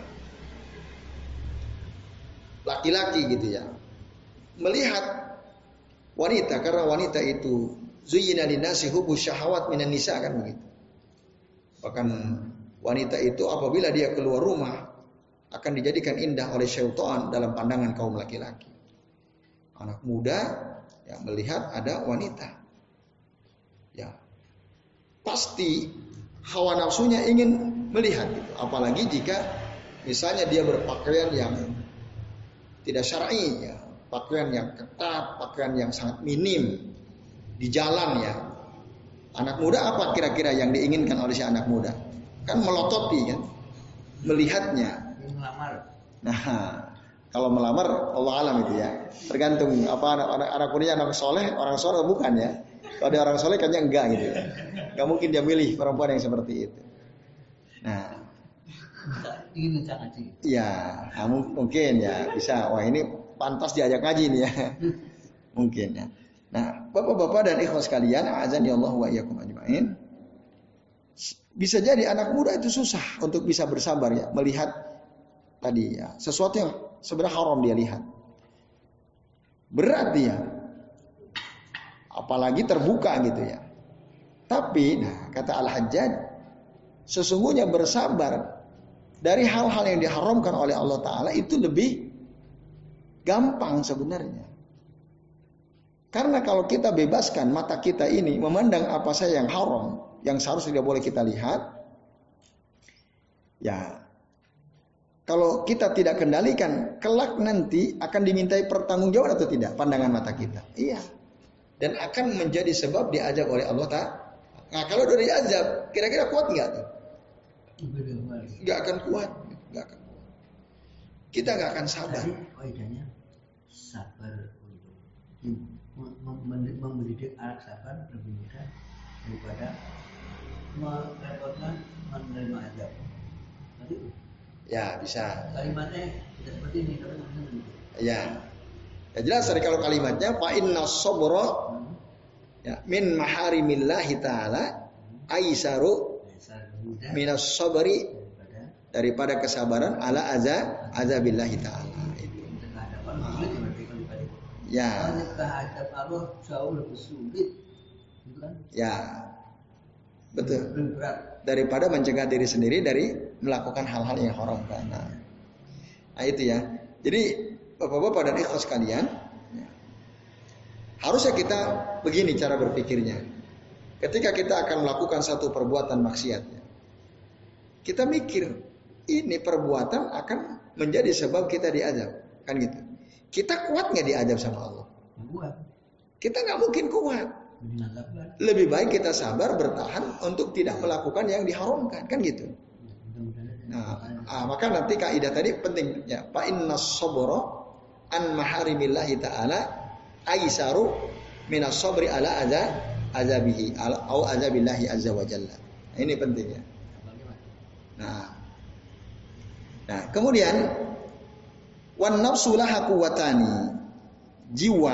laki-laki gitu ya. Melihat wanita, karena wanita itu zuyyina linnasi hubbus syahawat minan nisa kan begitu. Bahkan wanita itu apabila dia keluar rumah akan dijadikan indah oleh syaitan dalam pandangan kaum laki-laki. Anak muda yang melihat ada wanita, ya pasti hawa nafsunya ingin melihat gitu. Apalagi jika misalnya dia berpakaian yang tidak syar'i ya, pakaian yang ketat, pakaian yang sangat minim di jalan ya. Anak muda apa kira-kira yang diinginkan oleh si anak muda? Kan melototi kan, melihatnya. Melamar. Nah, kalau melamar Allah alam itu ya. Tergantung apa anak mudanya anak soleh, orang soleh bukan ya. Kalau ada orang soleh kayaknya enggak gitu ya. Gak mungkin dia milih perempuan yang seperti itu. Nah, Ingin ngecak ngaji. ya, mungkin ya bisa. Wah ini pantas diajak ngaji nih ya. Mungkin ya. Nah, bapak-bapak dan ikhwas sekalian, azan ya Allah wa iyyakum ajmain. Bisa jadi anak muda itu susah untuk bisa bersabar ya, melihat tadi ya, sesuatu yang sebenarnya haram dia lihat. Berat dia. Apalagi terbuka gitu ya. Tapi, nah, kata Al-Hajjaj, sesungguhnya bersabar dari hal-hal yang diharamkan oleh Allah Ta'ala itu lebih gampang sebenarnya. Karena kalau kita bebaskan mata kita ini memandang apa saja yang haram, yang seharusnya tidak boleh kita lihat, ya kalau kita tidak kendalikan, kelak nanti akan dimintai pertanggungjawaban atau tidak pandangan mata kita. Iya. Dan akan menjadi sebab diajab oleh Allah Ta'ala. Nah kalau udah diajab, kira-kira kuat nggak tuh? Nggak akan kuat. Nggak akan kuat. Kita nggak akan sabar. Kaidahnya sabar mendidik anak sabar lebih mudah daripada merepotkan menerima azab. Tadi Ya bisa. kalimatnya tidak seperti ini, tapi begitu. Ya. Ya jelas dari kalau kalimatnya fa inna sabra ya min maharimillahi taala aisaru minas sabri daripada kesabaran ala azabillahi taala itu. Ya. Terhadap Allah jauh lebih sulit. Gitu kan? Ya. Betul. Lebih berat. Daripada mencegah diri sendiri dari melakukan hal-hal yang haram. Nah itu ya. Jadi bapak-bapak dan ikhwas sekalian, ya, harusnya kita begini cara berpikirnya. Ketika kita akan melakukan satu perbuatan maksiat, ya, kita mikir ini perbuatan akan menjadi sebab kita diazab, kan gitu. Kita kuat nggak diazab sama Allah? Kuat. Kita nggak mungkin kuat. Lebih baik kita sabar bertahan untuk tidak melakukan yang diharamkan, kan gitu. Nah, maka nanti kaidah tadi penting ya. Fa innas sabra an maharimillahi ta'ala aisaru minas sabri ala azabihi au azabillahi azza wa jalla. Nah, ini penting ya. Nah, kemudian wan nafsu laha quwwatani. Jiwa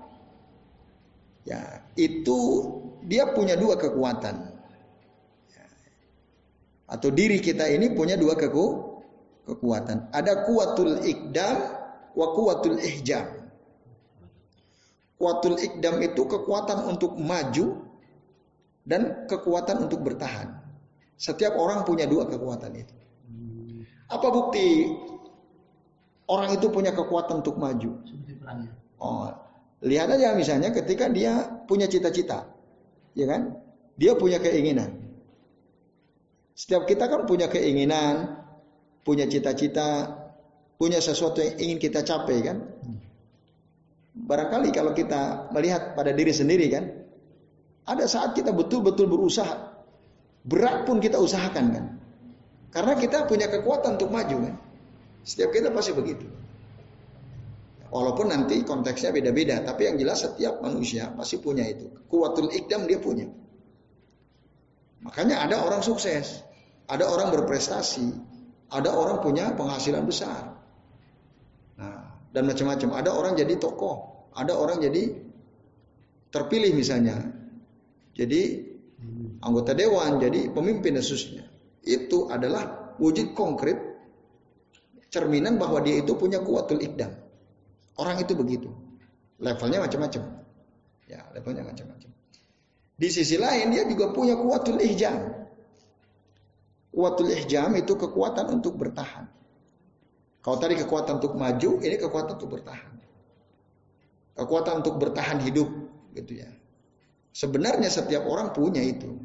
ya, itu dia punya dua kekuatan. Ya. Atau diri kita ini punya dua kekuatan. Ada kuwatul ikdam wa kuwatul ihjam. Kuwatul ikdam itu kekuatan untuk maju dan kekuatan untuk bertahan. Setiap orang punya dua kekuatan itu. Apa bukti orang itu punya kekuatan untuk maju? Oh, lihat aja misalnya ketika dia punya cita-cita, ya kan? Dia punya keinginan. Setiap kita kan punya keinginan, punya cita-cita, punya sesuatu yang ingin kita capai kan. Barangkali kalau kita melihat pada diri sendiri kan, ada saat kita betul-betul berusaha, berat pun kita usahakan kan. Karena kita punya kekuatan untuk maju kan. Setiap kita pasti begitu. Walaupun nanti konteksnya beda-beda, tapi yang jelas setiap manusia pasti punya itu. Kuwatul ikdam dia punya. Makanya ada orang sukses, ada orang berprestasi, ada orang punya penghasilan besar. Nah, dan macam-macam. Ada orang jadi tokoh, ada orang jadi terpilih misalnya, jadi anggota dewan, jadi pemimpin dan seterusnya. Itu adalah wujud konkret, cerminan bahwa dia itu punya kuwatul ikdam. Orang itu begitu, levelnya macam-macam. Ya, levelnya macam-macam. Di sisi lain dia juga punya kuwatul ihjam. Kuwatul ihjam itu kekuatan untuk bertahan. Kalau tadi kekuatan untuk maju, ini kekuatan untuk bertahan. Kekuatan untuk bertahan hidup, gitu ya. Sebenarnya setiap orang punya itu.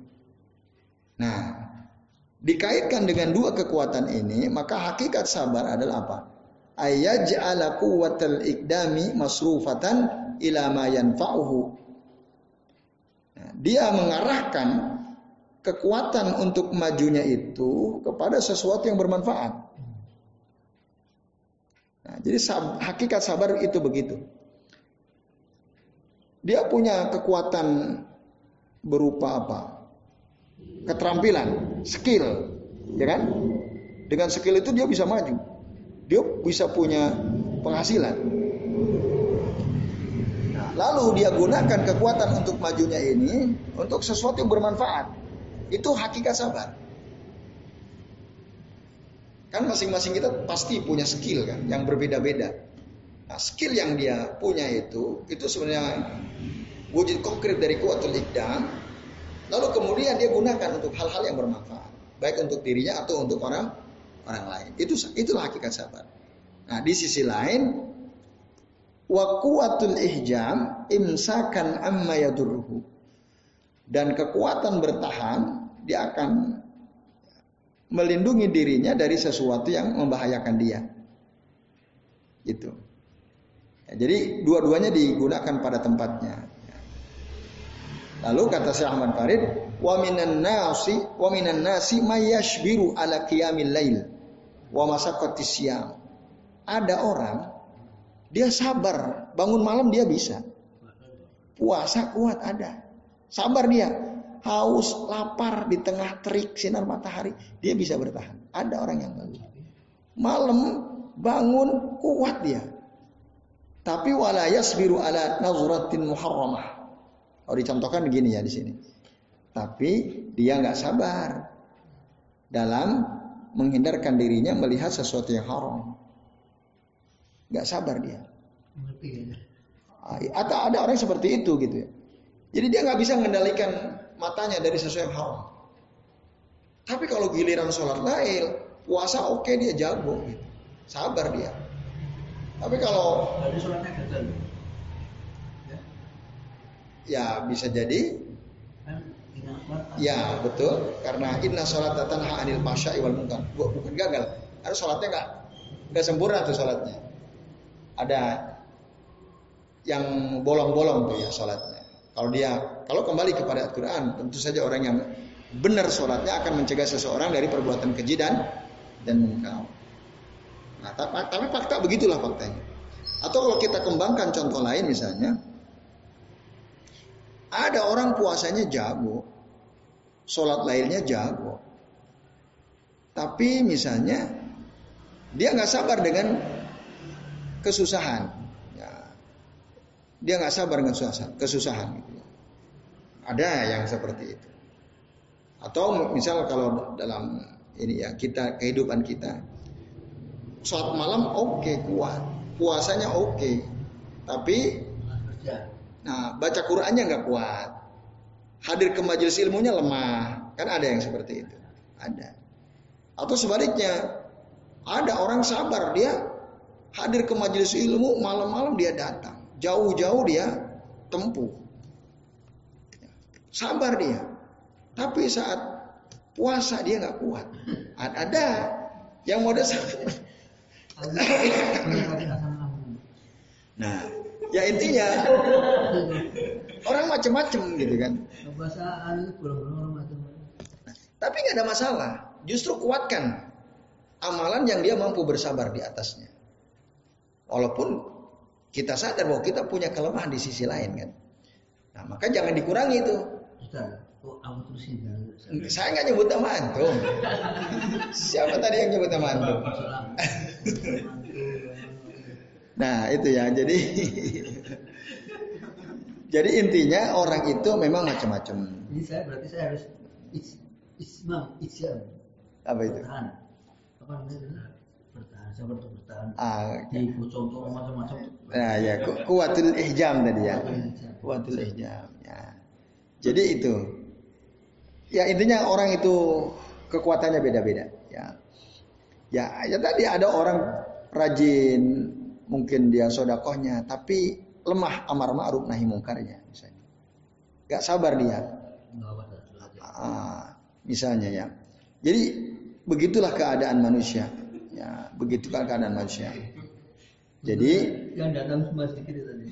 Nah, dikaitkan dengan dua kekuatan ini, maka hakikat sabar adalah apa? ayaj'ala quwwatal iqdami masrufatan ila ma yanfa'uhu. Nah, dia mengarahkan kekuatan untuk majunya itu kepada sesuatu yang bermanfaat. Nah, jadi hakikat sabar itu begitu. Dia punya kekuatan berupa apa? Keterampilan, skill, ya kan? Dengan skill itu dia bisa maju. Dia bisa punya penghasilan. Nah, lalu dia gunakan kekuatan untuk majunya ini untuk sesuatu yang bermanfaat. Itu hakikat sabar. Kan masing-masing kita pasti punya skill kan, yang berbeda-beda. Nah, skill yang dia punya itu sebenarnya wujud konkret dari kuwatul iqdam. Lalu kemudian dia gunakan untuk hal-hal yang bermanfaat, baik untuk dirinya atau untuk orang lain. Itulah hakikat sabar. Nah, di sisi lain, wa quwwatul ihjam imsakan amma yadurruhu. Dan kekuatan bertahan, dia akan melindungi dirinya dari sesuatu yang membahayakan dia. Gitu. Ya, jadi dua-duanya digunakan pada tempatnya. Lalu kata Syekh Ahmad Farid, wa minan nasi may yashbiru ala qiyamil lail wa masaqatis siyam. Ada orang dia sabar, bangun malam dia bisa. Puasa kuat ada. Sabar dia. Haus, lapar di tengah terik sinar matahari, dia bisa bertahan. Ada orang yang bagus. Malam bangun kuat dia. Tapi wala yasbiru ala nazratin muharramah. Oh, dicontohkan begini ya di sini. Tapi dia nggak sabar dalam menghindarkan dirinya melihat sesuatu yang haram. Nggak sabar dia. Atau ada orang seperti itu gitu ya. Jadi dia nggak bisa mengendalikan matanya dari sesuatu yang haram. Tapi kalau giliran sholat lail, puasa oke, dia jago gitu. Sabar dia. Tapi kalau sholatnya gagal. Ya bisa jadi. Ya betul, karena inna sholata tanha 'anil fahsya'i wal munkar. Bukan gagal, karena sholatnya nggak sempurna tuh sholatnya. Ada yang bolong-bolong tuh ya sholatnya. Kalau kembali kepada Al-Quran, tentu saja orang yang benar sholatnya akan mencegah seseorang dari perbuatan keji dan munkar. Nah, tapi fakta begitulah faktanya. Atau kalau kita kembangkan contoh lain misalnya, ada orang puasanya jago, sholat lainnya jago, tapi misalnya dia nggak sabar dengan kesusahan. Dia nggak sabar dengan kesusahan gitu. Ada yang seperti itu. Atau misal kalau dalam ini ya kehidupan kita, sholat malam oke, kuat, puasanya oke, tapi baca Qurannya nggak kuat, hadir ke majelis ilmunya lemah, kan ada yang seperti itu, ada. Atau sebaliknya, ada orang sabar, dia hadir ke majelis ilmu malam-malam dia datang. Jauh-jauh dia tempuh. Sabar dia. Tapi saat puasa dia nggak kuat. Ada yang model Nah, ya intinya orang macam-macam gitu kan. Tapi nggak ada masalah. Justru kuatkan amalan yang dia mampu bersabar di atasnya. Walaupun kita sadar bahwa kita punya kelemahan di sisi lain kan. Nah, maka jangan dikurangi itu. Saya nggak nyebut nama antum. Siapa tadi yang nyebut nama antum? Nah, itu ya. Jadi intinya orang itu memang macam-macam. Jadi berarti saya harus islam. Apa itu? Apa namanya? Sabar untuk bertahan. Okay. Contoh macam-macam. Nah ya, kuwatul ihjam tadi ya. Kuwatul ihjam. Ya. Jadi itu. Ya intinya orang itu kekuatannya beda-beda. Ya. Ya tadi ada orang rajin, mungkin dia sedekahnya, tapi lemah amar ma'ruf nahi mungkarnya misalnya. Gak sabar dia. Misalnya ya. Jadi begitulah keadaan manusia. Ya, begitulah keadaan manusia. Jadi yang datang cuma sedikit tadi.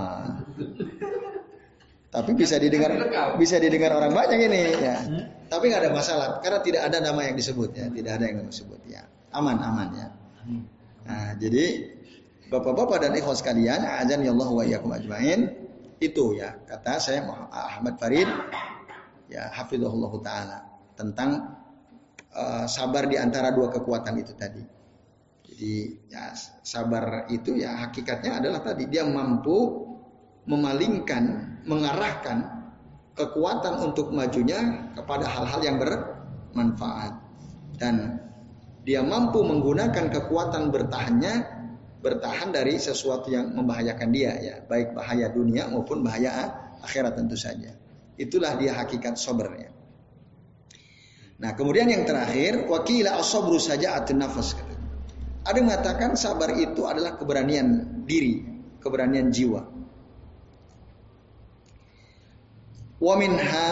Tapi bisa didengar orang banyak ini ya. Tapi nggak ada masalah karena tidak ada nama yang disebut ya, tidak ada yang disebut ya. Aman ya. Nah, jadi Bapak-bapak dan ikhwas sekalian, azan ya Allah wa iyyakum ajmain, itu ya kata saya Ahmad Farid ya hafizahullah taala tentang sabar di antara dua kekuatan itu tadi. Jadi ya sabar itu ya hakikatnya adalah tadi dia mampu memalingkan, mengarahkan kekuatan untuk majunya kepada hal-hal yang bermanfaat dan dia mampu menggunakan kekuatan bertahan dari sesuatu yang membahayakan dia ya, baik bahaya dunia maupun bahaya akhirat tentu saja. Itulah dia hakikat sabarnya. Nah, kemudian yang terakhir, wakila as-sabru saja'atun nafas. Ada yang mengatakan sabar itu adalah keberanian diri, keberanian jiwa. Wa minha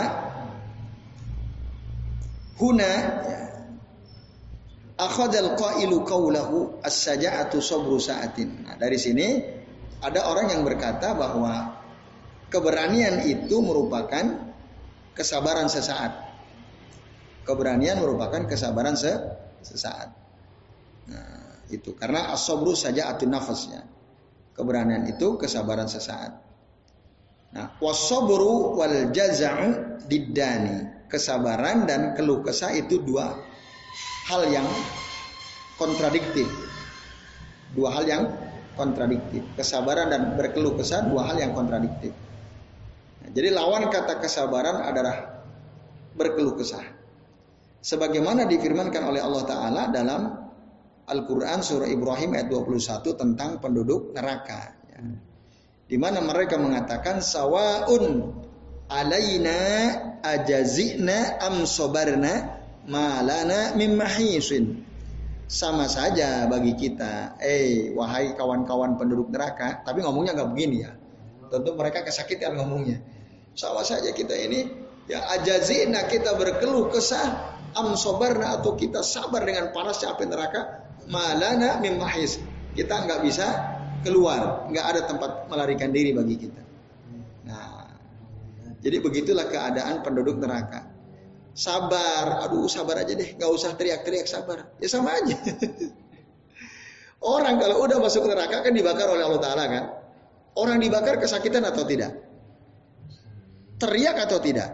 huna akhadal qailu qawlahu as-saja'atu sabru sa'atin. Nah, dari sini ada orang yang berkata bahwa keberanian itu merupakan kesabaran sesaat. Keberanian merupakan kesabaran sesaat. Nah, itu karena as-sabru saja'atun nafasnya. Keberanian itu kesabaran sesaat. Nah, was-sabru wal jaza'u diddani. Kesabaran dan keluh kesah itu dua hal yang kontradiktif. Dua hal yang kontradiktif. Kesabaran dan berkeluh kesah dua hal yang kontradiktif. Nah, jadi lawan kata kesabaran adalah berkeluh kesah. Sebagaimana difirmankan oleh Allah Ta'ala dalam Al-Quran surah Ibrahim ayat 21 tentang penduduk neraka. Di mana mereka mengatakan sawaun alaina ajazina am sabarna malana mim mahisin. Sama saja bagi kita. Wahai kawan-kawan penduduk neraka, tapi ngomongnya nggak begini ya. Tentu mereka kesakitan ngomongnya. Sama saja kita ini ya ajazina, kita berkeluh kesah, am sabarna, atau kita sabar dengan panasnya api neraka, malana mim mahis. Kita nggak bisa keluar, nggak ada tempat melarikan diri bagi kita. Nah, jadi begitulah keadaan penduduk neraka. Sabar, sabar aja deh, nggak usah teriak-teriak sabar. Ya sama aja. Orang kalau udah masuk neraka kan dibakar oleh Allah Ta'ala kan. Orang dibakar kesakitan atau tidak? Teriak atau tidak?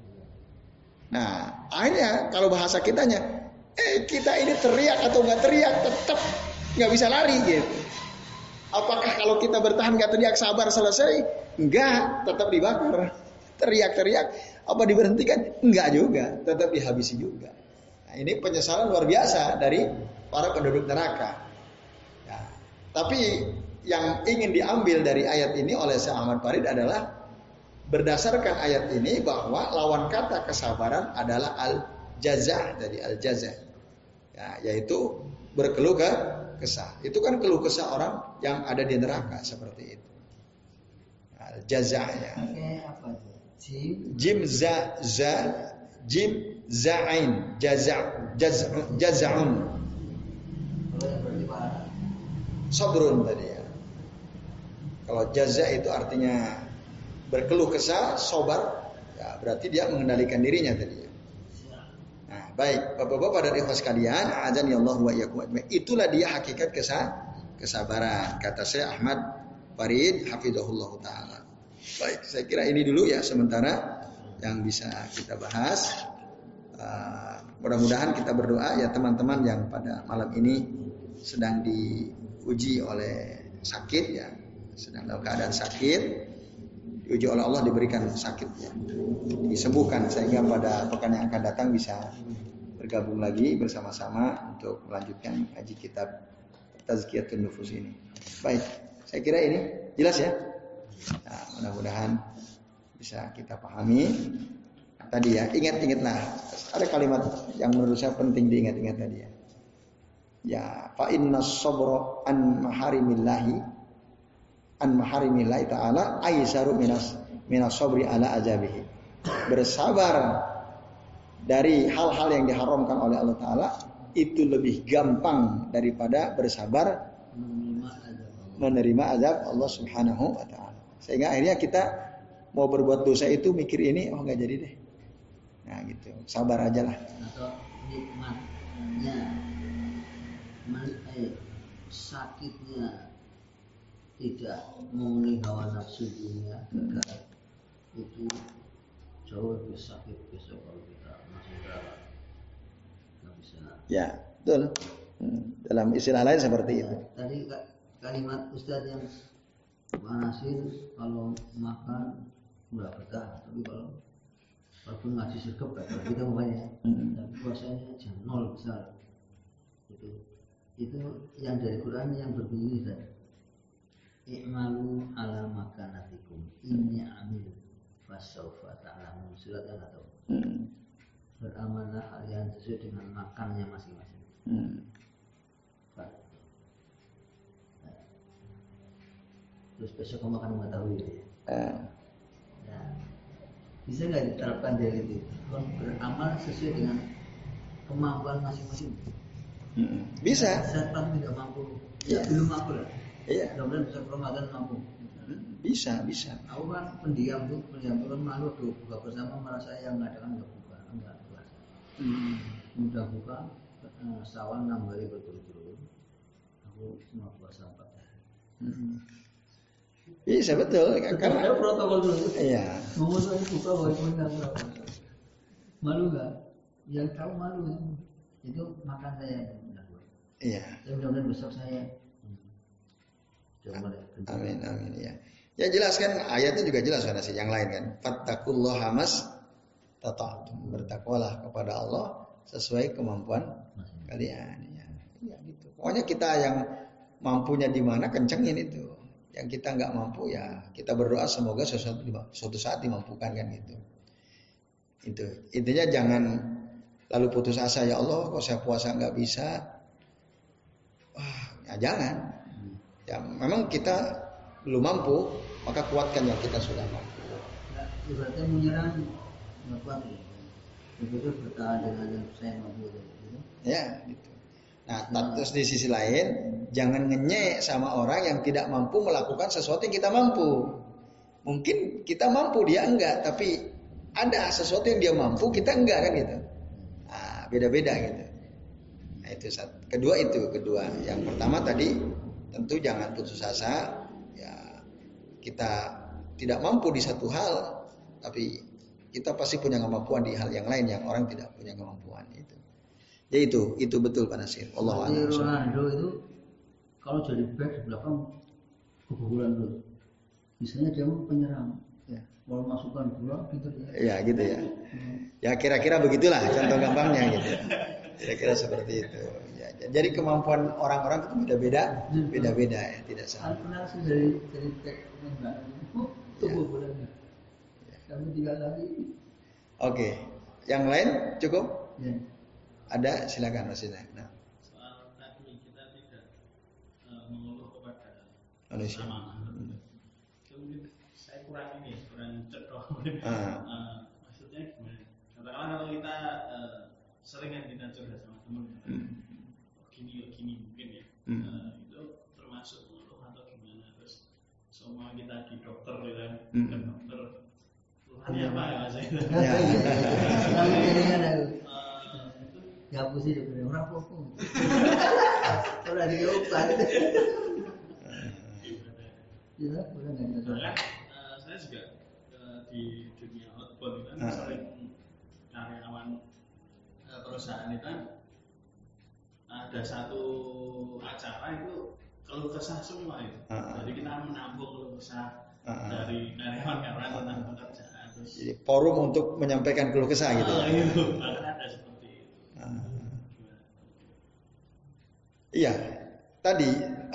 Nah, akhirnya kalau bahasa kitanya, kita ini teriak atau nggak teriak tetap nggak bisa lari gitu. Apakah kalau kita bertahan gak teriak sabar selesai? Enggak, tetap dibakar. Teriak-teriak, apa diberhentikan? Enggak juga, tetap dihabisi juga. Nah, ini penyesalan luar biasa dari para penduduk neraka. Ya, tapi yang ingin diambil dari ayat ini oleh Syekh Ahmad Farid adalah berdasarkan ayat ini bahwa lawan kata kesabaran adalah al-jaza', dari al-jaza'. Ya, yaitu berkeluh kesah. Itu kan keluh kesah orang yang ada di neraka seperti itu. Jaza'nya. Jim za'ain jaza'un. Sabrun tadi ya. Kalau jaza' itu artinya berkeluh kesah, sabar, ya berarti dia mengendalikan dirinya tadi ya. Nah, baik, Bapak-bapak dan ikhwas sekalian, azan ya Allah wa iyyakum ajmain. Itulah dia hakikat kesabaran, kata saya Ahmad Farid hafizahullah taala. Baik, saya kira ini dulu ya sementara yang bisa kita bahas. Mudah-mudahan kita berdoa ya teman-teman yang pada malam ini sedang diuji oleh sakit ya, sedang dalam keadaan sakit, diuji oleh Allah, diberikan sakitnya, disembuhkan sehingga pada pekan yang akan datang bisa bergabung lagi bersama-sama untuk melanjutkan kaji kitab Tazkiyatun Nufus ini. Baik, saya kira ini jelas ya. Nah, mudah-mudahan bisa kita pahami. Nah, tadi ya, ingat-ingatlah ada kalimat yang menurut saya penting diingat-ingat tadi ya. Ya, fa innas sabra an maharimillahi ta'ala aisaru minas sabri ala azabihi. Bersabar dari hal-hal yang diharamkan oleh Allah Ta'ala itu lebih gampang daripada bersabar menerima azab Allah Subhanahu wa taala. Sehingga akhirnya kita mau berbuat dosa itu mikir ini, oh enggak jadi deh. Nah, gitu. Sabar aja lah. Atau nikmatnya sakitnya tidak memenuhi hawa nafsu dunia itu jauh lebih sakit besok kalau kita masuk neraka. Nggak bisa. Ya, betul. Dalam istilah lain seperti itu. Tadi kalimat Ustadz yang Pak Nasir kalau makan nggak betah, tapi kalau walaupun ngaji sergap kalau kita makanya, tapi puasanya jam 0 besar. Itu yang dari Quran yang berbunyi tadi. I'malu ala makanatikum inni amil fasawfa ta'lamun. Surat Al-Atau. Beramallah kalian sesuai dengan makannya masing-masing. Terus besok kamu akan mengetahui ya. Ya. Bisa nggak diterapkan dari itu? Beramal sesuai dengan kemampuan masing-masing. Bisa. Saya tidak mampu. Ya, belum mampu lah. Iya. Mudah-mudahan besok Ramadan mampu. Bisa. Aku kan pendiam tuh kan malu tuh buka bersama merasa yang mengadakan enggak puasa. Mudah buka sawan 6 hari berturut-turut. Aku cuma puasa 4 hari. Bisa betul karena ada protokol dulu. Iya. Mau saya buka walaupun enggak puasa. Malu enggak? Yang tahu malu itu makan saya. Iya. Mudah-mudahan besok saya. Amin ya. Ya jelas kan ayatnya juga jelas kan yang lain kan. Fattaqullaha mastata'tum. Bertakwalah kepada Allah sesuai kemampuan kalian ya. Ya gitu. Pokoknya kita yang mampunya di mana kencengin itu. Yang kita nggak mampu ya kita berdoa semoga suatu saat dimampukan kan gitu. Itu intinya jangan lalu putus asa ya Allah kok saya puasa nggak bisa. Wah ya jangan. Ya memang kita belum mampu maka kuatkan yang kita sudah mampu. Nah, ibaratnya menyerang nggak kuat ya. Begitu bertahan dengan yang saya mampu gitu. Ya gitu. Nah terus di sisi lain jangan ngenyek sama orang yang tidak mampu melakukan sesuatu yang kita mampu. Mungkin kita mampu dia enggak, tapi ada sesuatu yang dia mampu kita enggak kan gitu. Nah, beda-beda gitu. Nah itu satu. Kedua. Yang pertama tadi tentu jangan putus asa. Ya kita tidak mampu di satu hal, tapi kita pasti punya kemampuan di hal yang lain yang orang tidak punya kemampuan itu. Ya itu betul Pak Nasir. Allahu a'lam. Ronaldo itu kalau jadi back di belakang kebobolan dulu. Misalnya dia mau penyerang, ya. Kalau masukkan bola gitu ya. Ya gitu ya. Ya kira-kira begitulah contoh gampangnya gitu. Kira-kira seperti itu. Ya, jadi kemampuan orang-orang itu beda-beda ya, tidak sama. Pernah sih dari back kebobolannya. Kami 3 kali. Oke. Yang lain cukup? Ya. Ada silakan Mas Ina. Nah. Soal tadi kita tidak mengeluh kepada Manusia. Kemudian saya kurang cedok. Maksudnya gimana? Katakanlah kalau kita sering kan kita curhat sama teman, gini mungkin ya. Itu termasuk mengeluh atau gimana? Terus semua kita di dokter kan, bukan dokter. Keluhannya apa ya Mas? Ya. Kalau jaringan ada. Ya aku sih udah orang pokok. Orang diobat. Ya, udah nggak ada. Saya juga di dunia outbound itu sering karyawan perusahaan itu ada satu acara itu keluh kesah semua itu. Jadi kita menampung keluh kesah dari karyawan-karyawan tentang pekerjaan. Jadi forum untuk menyampaikan keluh kesah gitu. Itu bahkan ada seperti itu. Iya, tadi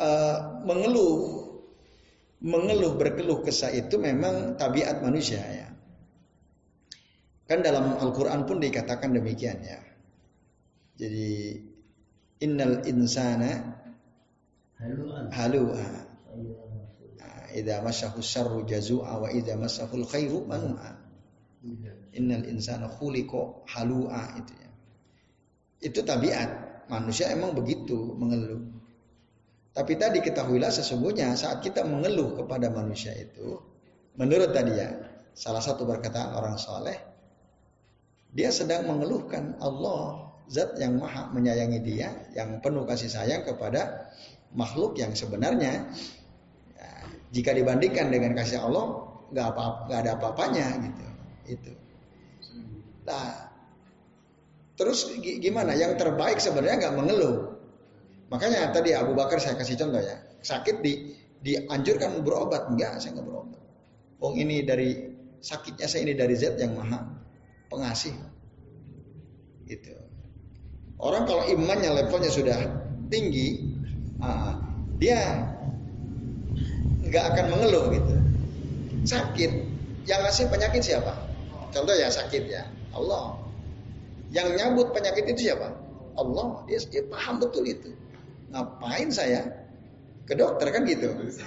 berkeluh kesah itu memang tabiat manusia ya. Kan dalam Al-Quran pun dikatakan demikian ya. Jadi innal insana halu'a. Idza massahu syarru jazu'a wa idza massahu khairu manu'a. Innal insana khuliqa halu'a itu ya. Itu tabiat manusia emang begitu mengeluh. Tapi tadi ketahuilah sesungguhnya saat kita mengeluh kepada manusia itu, menurut tadi ya, salah satu perkataan orang soleh, dia sedang mengeluhkan Allah, zat yang maha menyayangi dia, yang penuh kasih sayang kepada makhluk yang sebenarnya ya, jika dibandingkan dengan kasih Allah nggak ada apa-apanya gitu. Itu. Nah, terus gimana? Yang terbaik sebenarnya nggak mengeluh. Makanya tadi Abu Bakar saya kasih contoh ya, sakit dianjurkan berobat, enggak, saya nggak berobat. Oh ini dari sakitnya saya ini dari zat yang maha pengasih. Gitu. Orang kalau imannya levelnya sudah tinggi, dia nggak akan mengeluh gitu. Sakit, yang ngasih penyakit siapa? Contoh ya sakit ya, Allah. Yang nyambut penyakit itu siapa? Allah. Dia paham betul itu. Ngapain saya ke dokter kan gitu?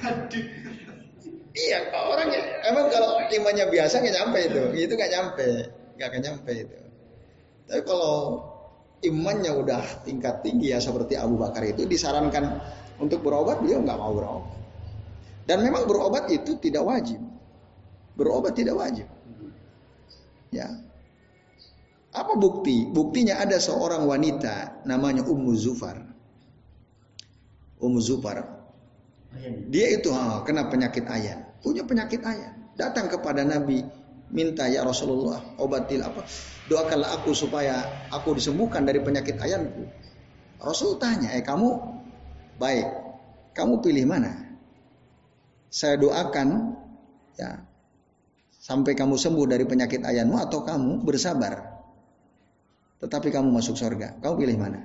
Iya, orang emang kalau imannya biasa nggak nyampe itu nggak akan nyampe itu. Tapi kalau imannya udah tingkat tinggi ya seperti Abu Bakar itu disarankan untuk berobat, beliau nggak mau berobat. Dan memang berobat itu tidak wajib. Berobat tidak wajib. Ya. Apa bukti? Buktinya ada seorang wanita namanya Ummu Zufar. Ummu Zufar. Dia itu kena penyakit ayan. Punya penyakit ayan. Datang kepada Nabi, minta ya Rasulullah, obatil apa? Doakanlah aku supaya aku disembuhkan dari penyakit ayanku. Rasul tanya, kamu baik. Kamu pilih mana? Saya doakan ya sampai kamu sembuh dari penyakit ayanmu atau kamu bersabar tetapi kamu masuk surga. Kamu pilih mana?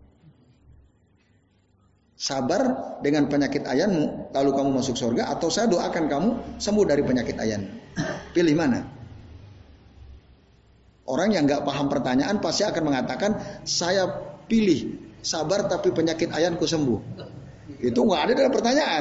Sabar dengan penyakit ayanmu lalu kamu masuk surga, atau saya doakan kamu sembuh dari penyakit ayanmu. Pilih mana? Orang yang nggak paham pertanyaan pasti akan mengatakan saya pilih sabar tapi penyakit ayanku sembuh. Itu nggak ada dalam pertanyaan.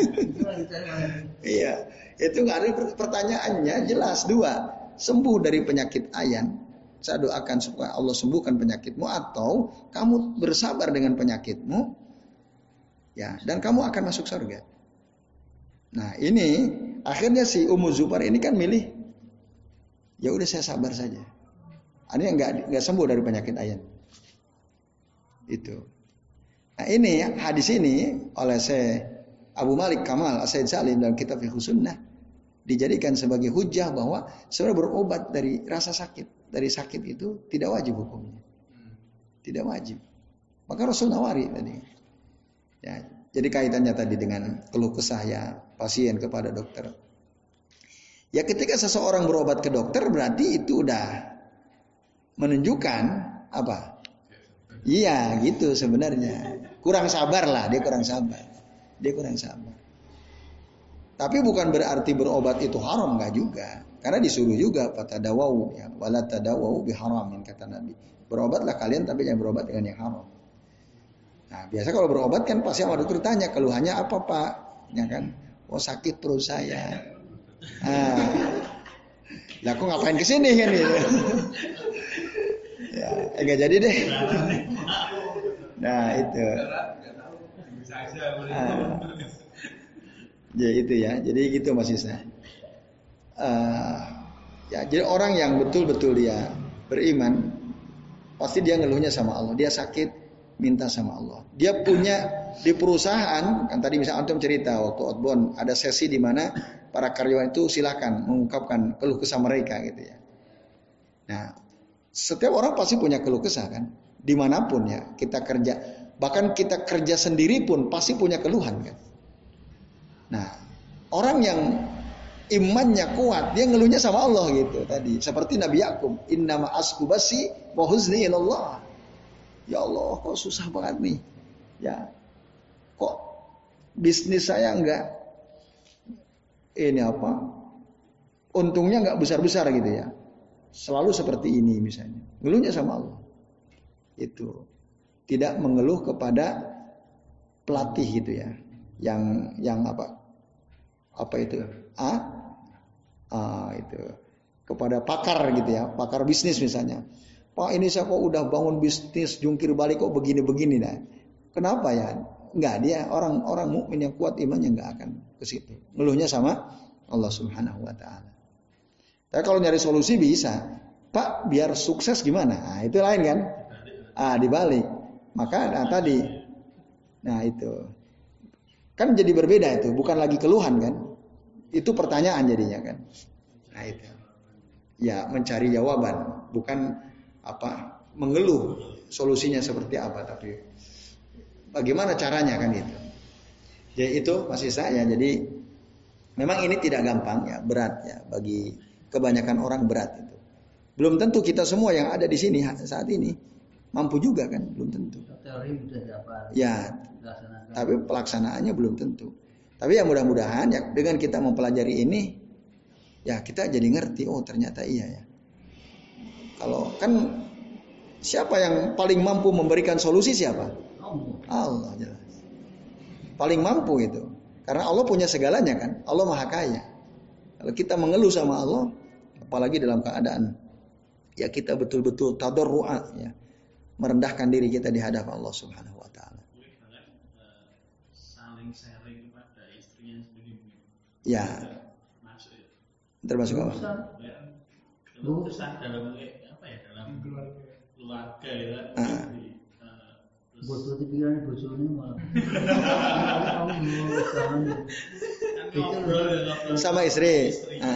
Iya, itu nggak ada pertanyaannya, jelas dua, sembuh dari penyakit ayan. Saya doakan supaya Allah sembuhkan penyakitmu, atau kamu bersabar dengan penyakitmu, ya, dan kamu akan masuk surga. Nah ini akhirnya si Ummu Zufar ini kan milih, ya udah saya sabar saja. Artinya nggak sembuh dari penyakit ayan. Itu. Nah ini hadis ini oleh Syekh Abu Malik Kamal As-Said Salim dalam kitab Fiqh Sunnah dijadikan sebagai hujah bahwa sebenarnya berobat dari rasa sakit, dari sakit itu tidak wajib hukumnya. Tidak wajib. Maka Rasul nawari tadi. Ya, jadi kaitannya tadi dengan keluh kesah ya pasien kepada dokter. Ya ketika seseorang berobat ke dokter berarti itu udah menunjukkan apa? Iya gitu sebenarnya. Kurang sabar lah, dia kurang sabar. Tapi bukan berarti berobat itu haram, enggak juga. Karena disuruh juga fatadawau ya, wala tadawau biharamin kata Nabi. Berobatlah kalian tapi jangan berobat dengan yang haram. Nah, biasa kalau berobat kan pasti sama dokter tanya keluhannya apa, Pak? Ya kan? Oh, sakit perut saya. Lah kok ngapain ke sini kan gitu. Ya, enggak jadi deh. Nah, itu. Ya itu ya. Jadi gitu Mas Isna. Ya, jadi orang yang betul-betul dia beriman pasti dia ngeluhnya sama Allah. Dia sakit minta sama Allah. Dia punya di perusahaan kan tadi misalnya antum cerita waktu outbound ada sesi di mana para karyawan itu silakan mengungkapkan keluh kesah mereka gitu ya. Nah, setiap orang pasti punya keluh kesah kan. Dimanapun ya kita kerja, bahkan kita kerja sendiri pun pasti punya keluhan kan. Nah, orang yang imannya kuat, dia ngeluhnya sama Allah gitu tadi. Seperti Nabi Yakub, innama askubasi wa huzni ilallah. Ya Allah, kok susah banget nih. Ya, kok bisnis saya enggak ini apa? Untungnya enggak besar-besar gitu ya. Selalu seperti ini misalnya. Ngeluhnya sama Allah. Itu. Tidak mengeluh kepada pelatih gitu ya. Yang apa? Apa itu? Itu. Kepada pakar gitu ya, pakar bisnis misalnya. Pak ini saya kok udah bangun bisnis jungkir balik kok begini-begini nah. Kenapa ya? Enggak, dia orang mukmin yang kuat imannya enggak akan ke situ. Ngeluhnya sama Allah Subhanahu wa taala. Tapi kalau nyari solusi bisa. Pak, biar sukses gimana? Nah, itu lain kan? Dibalik. Maka tadi. Nah, itu. Kan jadi berbeda itu, bukan lagi keluhan kan? Itu pertanyaan jadinya kan. Nah, itu. Ya, mencari jawaban, bukan mengeluh solusinya seperti apa, tapi bagaimana caranya kan itu. Jadi itu masih saya. Jadi memang ini tidak gampang ya, berat ya bagi kebanyakan orang berat itu. Belum tentu kita semua yang ada di sini saat ini mampu juga kan, belum tentu. Teori sudah dapat. Ya, tapi pelaksanaannya belum tentu. Tapi ya mudah-mudahan ya dengan kita mempelajari ini, ya kita jadi ngerti, oh ternyata iya ya. Kalau kan siapa yang paling mampu memberikan solusi siapa? Allah jelas. Paling mampu itu. Karena Allah punya segalanya kan. Allah Maha Kaya. Kalau kita mengeluh sama Allah, apalagi dalam keadaan ya kita betul-betul tadarru'a ya, merendahkan diri kita di hadapan Allah Subhanahu wa taala. Saling sharing pada istrinya sendiri. Ya. Termasuk apa? Kalau kesah dalam apa ya, dalam keluarga ya. Bocor di pikiran bocornya malah. Sama istri.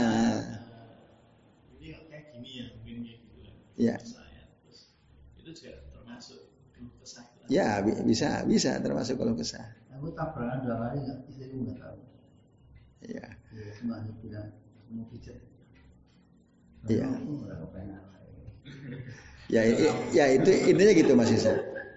Ini kayak gini ya, mungkin gitu. Ya. Itu juga termasuk keluh kesah. Ya, bisa termasuk kalau kesah. Aku tabrakan 2 kali enggak, istriku enggak tahu. Iya. Cuma dia bilang mau pijat. Iya. Ya itu intinya gitu Mas Isa.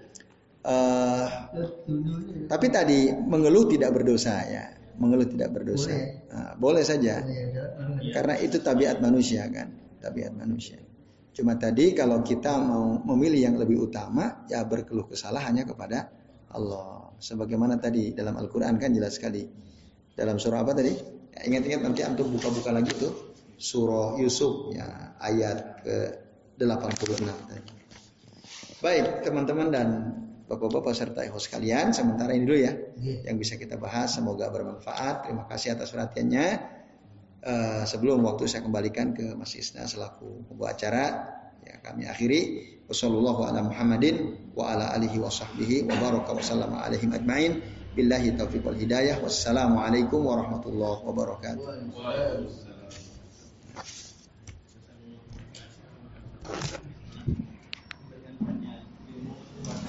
Tapi tadi mengeluh tidak berdosa ya, mengeluh tidak berdosa. Boleh saja, karena itu tabiat manusia kan, tabiat manusia. Cuma tadi kalau kita mau memilih yang lebih utama, ya berkeluh kesah hanya kepada Allah. Sebagaimana tadi dalam Al-Quran kan jelas sekali. Dalam surah apa tadi? Ya, ingat-ingat nanti antum buka-buka lagi tuh surah Yusuf ya ayat ke-86 tadi. Baik teman-teman dan Bapak-bapak serta ikhwas sekalian, sementara ini dulu ya yang bisa kita bahas, semoga bermanfaat. Terima kasih atas perhatiannya. Sebelum waktu saya kembalikan ke Mas Isna selaku pembawa acara, ya kami akhiri. Wassallallahu ala Muhammadin wa ala alihi wa sahbihi wa baraka wa sallama alaihim ajma'in. Billahi taufiq wal hidayah. Wassalamualaikum warahmatullahi wabarakatuh.